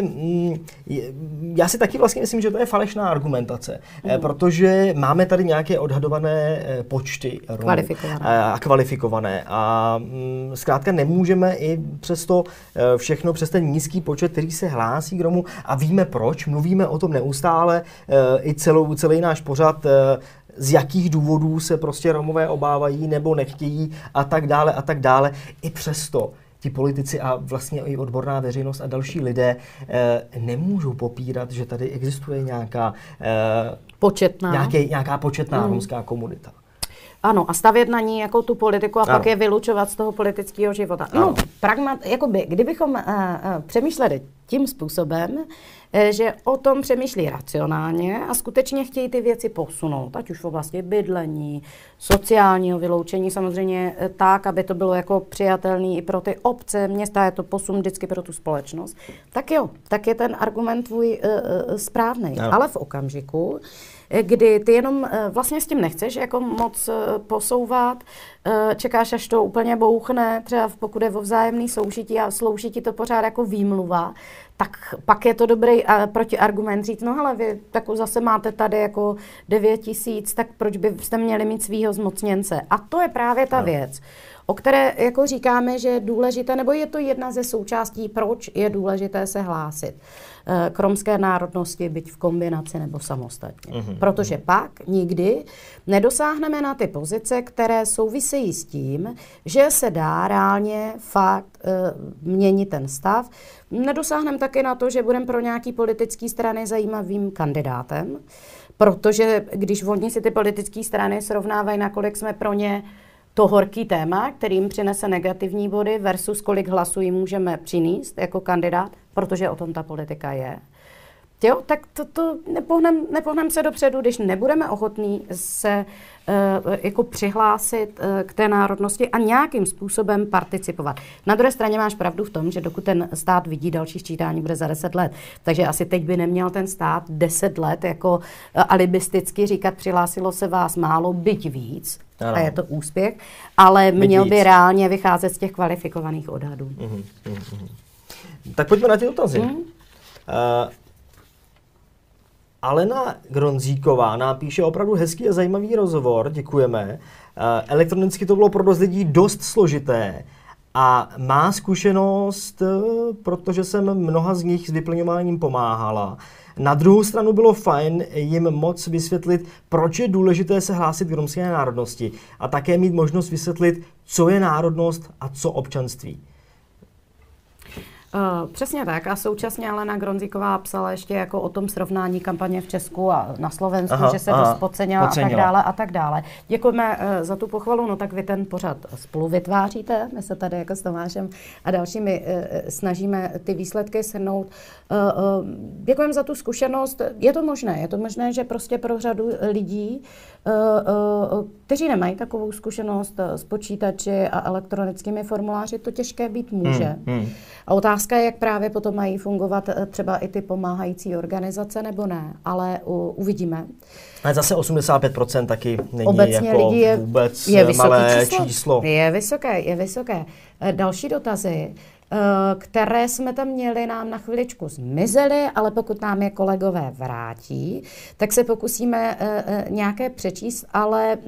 já si taky vlastně myslím, že to je falešná argumentace. Mm. Eh, protože máme tady nějaké odhadované eh, počty Romů.
Kvalifikované.
Eh, a kvalifikované. A mm, zkrátka nemůžeme i přes to eh, všechno, přes ten nízký počet, který se hlásí k Romů, a víme proč, mluvíme o tom neustále, eh, i celou, celý náš pořad, eh, z jakých důvodů se prostě Romové obávají nebo nechtějí a tak dále a tak dále. I přesto ti politici a vlastně i odborná veřejnost a další lidé eh, nemůžou popírat, že tady existuje nějaká, eh,
početná.
Nějaký, nějaká početná hmm. romská komunita.
Ano, a stavět na ní jako tu politiku a ano. pak je vylučovat z toho politického života. No, pragmat, jakoby, kdybychom uh, uh, přemýšleli tím způsobem, uh, že o tom přemýšlí racionálně a skutečně chtějí ty věci posunout, ať už v oblasti bydlení, sociálního vyloučení, samozřejmě uh, tak, aby to bylo jako přijatelný i pro ty obce, města, je to posun vždycky pro tu společnost, tak jo, tak je ten argument tvůj uh, uh, správný. Ano. Ale v okamžiku, kdy ty jenom vlastně s tím nechceš jako moc posouvat, čekáš, až to úplně bouchne, třeba pokud je o vzájemný soužití a slouží ti to pořád jako výmluva, tak pak je to dobrý protiargument říct, no hele, vy tak zase máte tady jako devět tisíc, tak proč byste měli mít svýho zmocněnce? A to je právě ta no. věc, o které jako říkáme, že je důležité, nebo je to jedna ze součástí, proč je důležité se hlásit k romské národnosti, byť v kombinaci nebo samostatně. Mm-hmm. Protože pak nikdy nedosáhneme na ty pozice, které souvisejí s tím, že se dá reálně fakt e, měnit ten stav. Nedosáhneme taky na to, že budeme pro nějaký politický strany zajímavým kandidátem, protože když oni si ty politické strany srovnávají, nakolik jsme pro ně to horký téma, kterým přinese negativní body versus kolik hlasů jim můžeme přinést jako kandidát, protože o tom ta politika je. Jo, tak to, to nepohneme nepohnem se dopředu, když nebudeme ochotní se uh, jako přihlásit uh, k té národnosti a nějakým způsobem participovat. Na druhé straně máš pravdu v tom, že dokud ten stát vidí, další sčítání bude za deset let. Takže asi teď by neměl ten stát deset let jako uh, alibisticky říkat, přihlásilo se vás málo, byť víc. Ano. A je to úspěch, ale byť měl víc. By reálně vycházet z těch kvalifikovaných odhadů.
Uhum, uhum. Tak pojďme na ty dotazy. Hmm. Uh, Alena Gronzíková nám píše opravdu hezký a zajímavý rozhovor, děkujeme. Uh, elektronicky to bylo pro dost lidí dost složité, a má zkušenost, protože jsem mnoha z nich s vyplňováním pomáhala. Na druhou stranu bylo fajn jim moc vysvětlit, proč je důležité se hlásit k romské národnosti a také mít možnost vysvětlit, co je národnost a co občanství.
Uh, přesně tak a současně Alena Gronzíková psala ještě jako o tom srovnání kampaně v Česku a na Slovensku, aha, že se aha, dost podcenila a tak dále a tak dále. Děkujeme uh, za tu pochvalu, no tak vy ten pořad spolu vytváříte, my se tady jako s Tomášem a dalšími uh, snažíme ty výsledky shrnout. Uh, uh, děkujeme za tu zkušenost, je to možné, je to možné, že prostě pro řadu lidí, uh, uh, kteří nemají takovou zkušenost s počítači a elektronickými formuláři, to těžké být může. Hmm, hmm. A otázka je, jak právě potom mají fungovat třeba i ty pomáhající organizace, nebo ne, ale u, uvidíme.
Ale zase osmdesát pět procent taky není
obecně
jako
lidí je,
vůbec
je
malé
číslo.
číslo.
Je vysoké, je vysoké. Další dotazy, které jsme tam měli, nám na chviličku zmizely, ale pokud nám je kolegové vrátí, tak se pokusíme nějaké přečíst, ale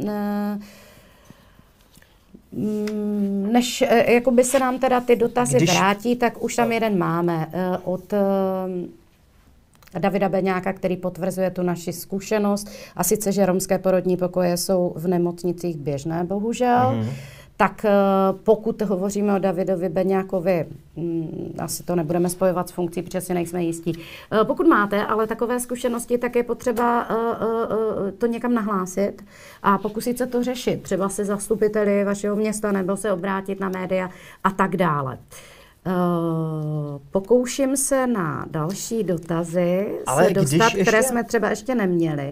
než jakoby se nám teda ty dotazy Když... vrátí, tak už tam jeden máme od Davida Beňáka, který potvrzuje tu naši zkušenost, a sice, že romské porodní pokoje jsou v nemocnicích běžné, bohužel. Mm. Tak pokud hovoříme o Davidovi Beňákovi, asi to nebudeme spojovat s funkcí, protože si nejsme jistí. Pokud máte ale takové zkušenosti, tak je potřeba to někam nahlásit a pokusit se to řešit. Třeba se zastupiteli vašeho města nebo se obrátit na média a tak dále. Pokouším se na další dotazy ale se dostat, ještě... které jsme třeba ještě neměli.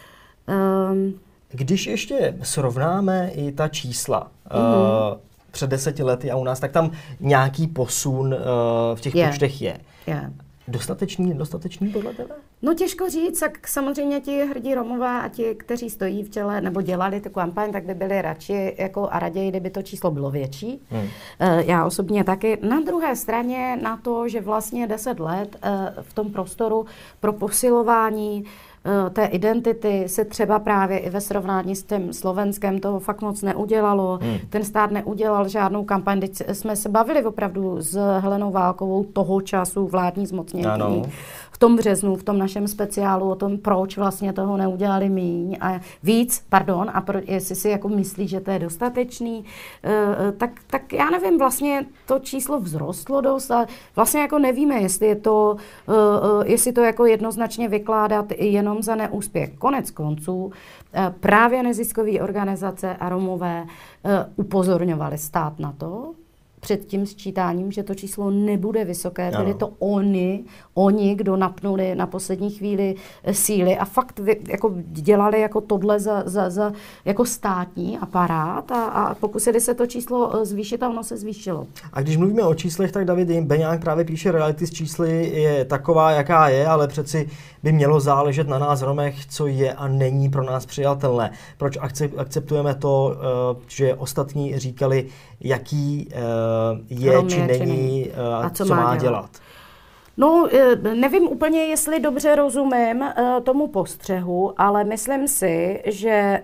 Um,
Když ještě srovnáme i ta čísla mm-hmm. uh, před deseti lety a u nás, tak tam nějaký posun uh, v těch
je.
počtech je.
je.
Dostatečný, nedostatečný podle tebe?
No těžko říct, tak samozřejmě ti hrdí Romové a ti, kteří stojí v čele nebo dělali tu kampaň, tak by byli radši jako a raději, kdyby to číslo bylo větší. Hmm. Já osobně taky. Na druhé straně na to, že vlastně deset let v tom prostoru pro posilování té identity se třeba právě i ve srovnání s tím Slovenskem toho fakt moc neudělalo. Hmm. Ten stát neudělal žádnou kampaň. Teď jsme se bavili opravdu s Helenou Válkovou toho času vládní zmocnění. V tom březnu, v tom našem speciálu o tom, proč vlastně toho neudělali míň a víc, pardon, a pro, jestli si jako myslí, že to je dostatečný, uh, tak, tak já nevím, vlastně to číslo vzrostlo dost a vlastně jako nevíme, jestli je to, uh, uh, jestli to jako jednoznačně vykládat jenom za neúspěch. Konec konců uh, právě neziskové organizace a Romové uh, upozorňovali stát na to, před tím sčítáním, že to číslo nebude vysoké. Byli to oni, oni, kdo napnuli na poslední chvíli síly a fakt vy, jako dělali jako tohle za, za, za jako státní aparát a, a pokusili se to číslo zvýšit a ono se zvýšilo.
A když mluvíme o číslech, tak David Beňák právě píše, reality z čísly je taková, jaká je, ale přeci by mělo záležet na nás Romech, co je a není pro nás přijatelné. Proč akceptujeme to, že ostatní říkali, jaký je Rom či je, není či a co, co má dělat? dělat?
No, nevím úplně, jestli dobře rozumím tomu postřehu, ale myslím si, že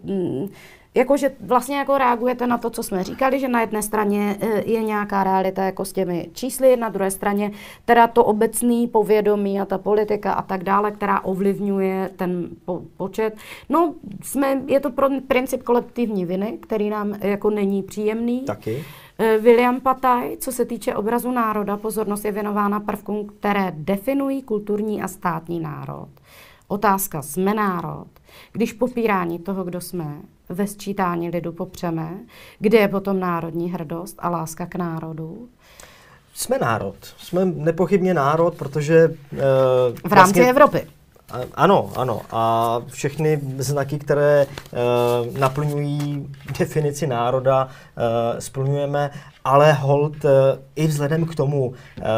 jakože vlastně jako reagujete na to, co jsme říkali, že na jedné straně je nějaká realita jako s těmi čísly, na druhé straně teda to obecný povědomí a ta politika a tak dále, která ovlivňuje ten po- počet. No, jsme, je to pro princip kolektivní viny, který nám jako není příjemný.
Taky.
William Pataj, co se týče obrazu národa, pozornost je věnována prvkům, které definují kulturní a státní národ. Otázka, jsme národ, když popírání toho, kdo jsme, ve sčítání lidu popřeme, kde je potom národní hrdost a láska k národu?
Jsme národ. Jsme nepochybně národ, protože... Uh,
v rámci vlastně, Evropy.
Ano, ano. A všechny znaky, které uh, naplňují definici národa, uh, splňujeme, ale hold uh, i vzhledem k tomu, uh,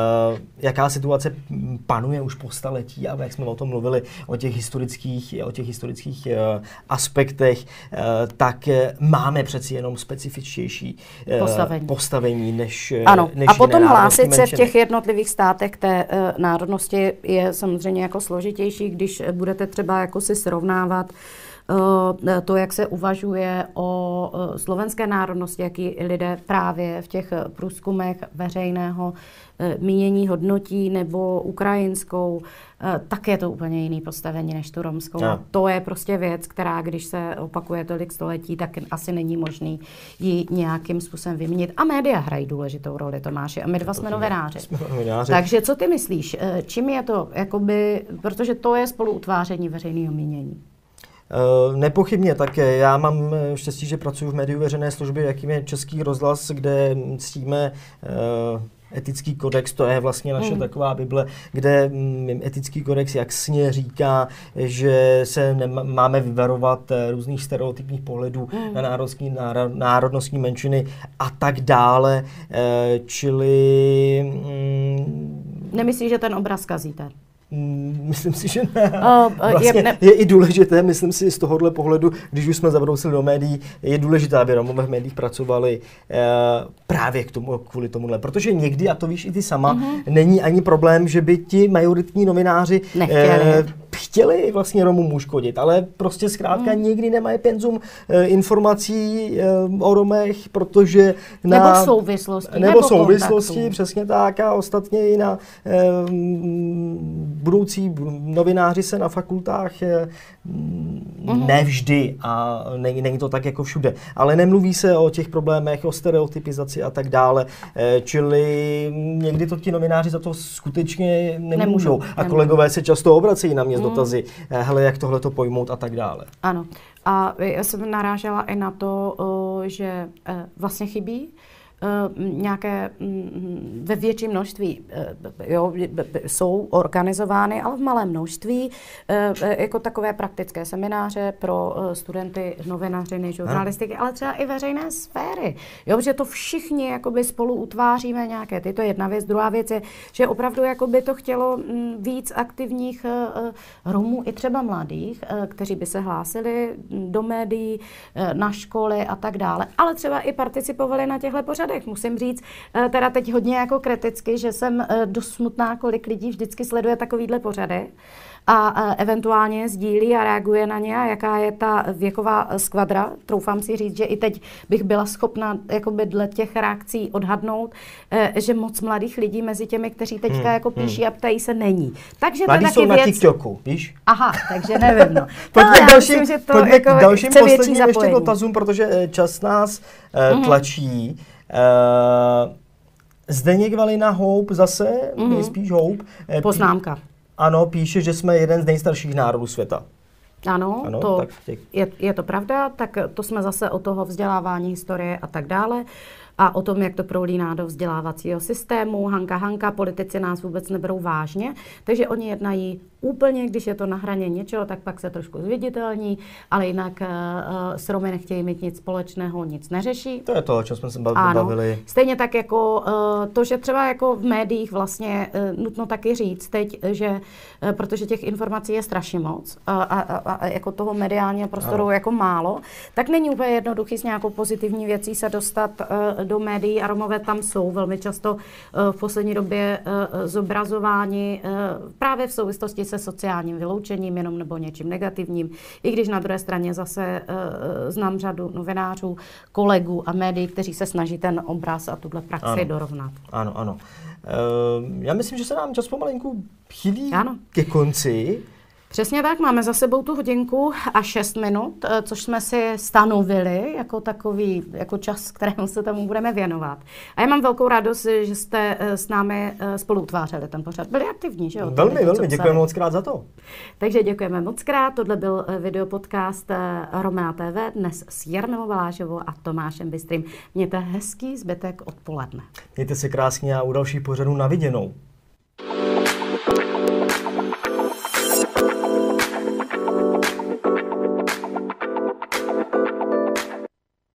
jaká situace panuje už po staletí, a jak jsme o tom mluvili, o těch historických, o těch historických uh, aspektech, uh, tak uh, máme přeci jenom specifičtější uh, postavení. postavení než
Ano,
než
a potom hlásit se v těch jednotlivých státech té uh, národnosti je samozřejmě jako složitější, když budete třeba jako si srovnávat to, jak se uvažuje o slovenské národnosti, jaký lidé právě v těch průzkumech veřejného mínění hodnotí, nebo ukrajinskou, tak je to úplně jiný postavení než tu romskou. No. A to je prostě věc, která, když se opakuje tolik století, tak asi není možný ji nějakým způsobem vyměnit. A média hrají důležitou roli, Tomáši. A my dva jsme novináři. Jsme novináři. Takže co ty myslíš? Čím je to, jakoby, protože to je spoluutváření veřejného mínění?
Uh, nepochybně také. Já mám štěstí, že pracuji v médiu veřejné služby, jakým je Český rozhlas, kde ctíme uh, etický kodex, to je vlastně naše mm. taková Bible, kde mm, etický kodex jasně říká, že se nema, máme vyvarovat různých stereotypních pohledů mm. na národní, národ, národnostní menšiny a tak dále. E, čili... Mm,
Nemyslíš, že ten obraz kazíte?
Myslím si, že ne. Vlastně je, ne. je i důležité, myslím si z tohohle pohledu, když už jsme zabrousili do médií, je důležité, aby Romové v médiích pracovali eh, právě k tomu, kvůli tomuhle. Protože někdy, a to víš i ty sama, mm-hmm. není ani problém, že by ti majoritní novináři eh, chtěli vlastně Romům uškodit, ale prostě zkrátka mm. nikdy nemají penzum eh, informací eh, o Romech, protože na...
Nebo souvislosti.
Nebo, nebo souvislosti, kontaktu. Přesně tak, a ostatně i na eh, budoucí novináři se na fakultách eh, mm. nevždy, a není, není to tak jako všude, ale nemluví se o těch problémech, o stereotypizaci a tak dále, eh, čili někdy to ti novináři za to skutečně nemůžou. A kolegové se často obracejí na mě s dotazy, hele, jak tohle to pojmout a tak dále.
Ano. A já jsem narážela i na to, že vlastně chybí nějaké ve větším množství, jo, jsou organizovány, ale v malém množství, jako takové praktické semináře pro studenty novinařiny, žurnalistiky, ale třeba i veřejné sféry. Jo, protože to všichni jakoby spolu utváříme nějaké. To je jedna věc. Druhá věc je, že opravdu jakoby to chtělo víc aktivních Romů, i třeba mladých, kteří by se hlásili do médií, na školy a tak dále, ale třeba i participovali na těchto pořadech. Musím říct, teda teď hodně jako kriticky, že jsem dost smutná, kolik lidí vždycky sleduje takovýhle pořady a eventuálně sdílí a reaguje na ně, a jaká je ta věková skvadra. Troufám si říct, že i teď bych byla schopna jakoby dle těch reakcí odhadnout, že moc mladých lidí mezi těmi, kteří teďka hmm, jako píší hmm. a ptají, se není. Takže
mladí
to
jsou
taky
na
věc...
TikToku, víš?
Aha, takže nevím, no.
Pojďme
no,
k dalším,
myslím, že to
pojďme
jako
k dalším posledním ještě
zapojení.
dotazům, protože čas nás uh, tlačí. Uh, Zdeněk Valina Houp zase, mm-hmm. nejspíš Houp.
Poznámka.
Pí, ano, píše, že jsme jeden z nejstarších národů světa.
Ano,
ano
to
tak
je, je to pravda, tak to jsme zase o toho vzdělávání, historie a tak dále. A o tom, jak to prolíná do vzdělávacího systému. Hanka, Hanka, politici nás vůbec neberou vážně, takže oni jednají úplně, když je to na hraně něčeho, tak pak se trošku zviditelní, ale jinak uh, s Romy nechtějí mít nic společného, nic neřeší.
To je to, o čem jsme se bavili.
Ano. Stejně tak jako uh, to, že třeba jako v médiích vlastně uh, nutno taky říct teď, že uh, protože těch informací je strašně moc uh, a, a, a jako toho mediálního prostoru ano. jako málo, tak není úplně jednoduchý s nějakou pozitivní věcí se dostat uh, do médií, a Romové tam jsou velmi často uh, v poslední době uh, zobrazováni uh, právě v souvislosti se sociálním vyloučením jenom nebo něčím negativním, i když na druhé straně zase uh, znám řadu novinářů, kolegů a médií, kteří se snaží ten obraz a tuhle praxi ano. dorovnat.
Ano, ano. Uh, já myslím, že se nám čas pomalinku chýlí ke konci.
Přesně tak, máme za sebou tu hodinku a šest minut, což jsme si stanovili jako takový jako čas, kterému se tomu budeme věnovat. A já mám velkou radost, že jste s námi spolu utvářeli ten pořad. Byli aktivní, že jo?
Velmi, velmi, děkujeme moc krát za to.
Takže děkujeme moc krát. Tohle byl videopodcast Romea T V dnes s Jarmilou Valášovou a Tomášem Bystrým. Mějte hezký zbytek odpoledne.
Mějte se krásně a u dalších pořadů na viděnou.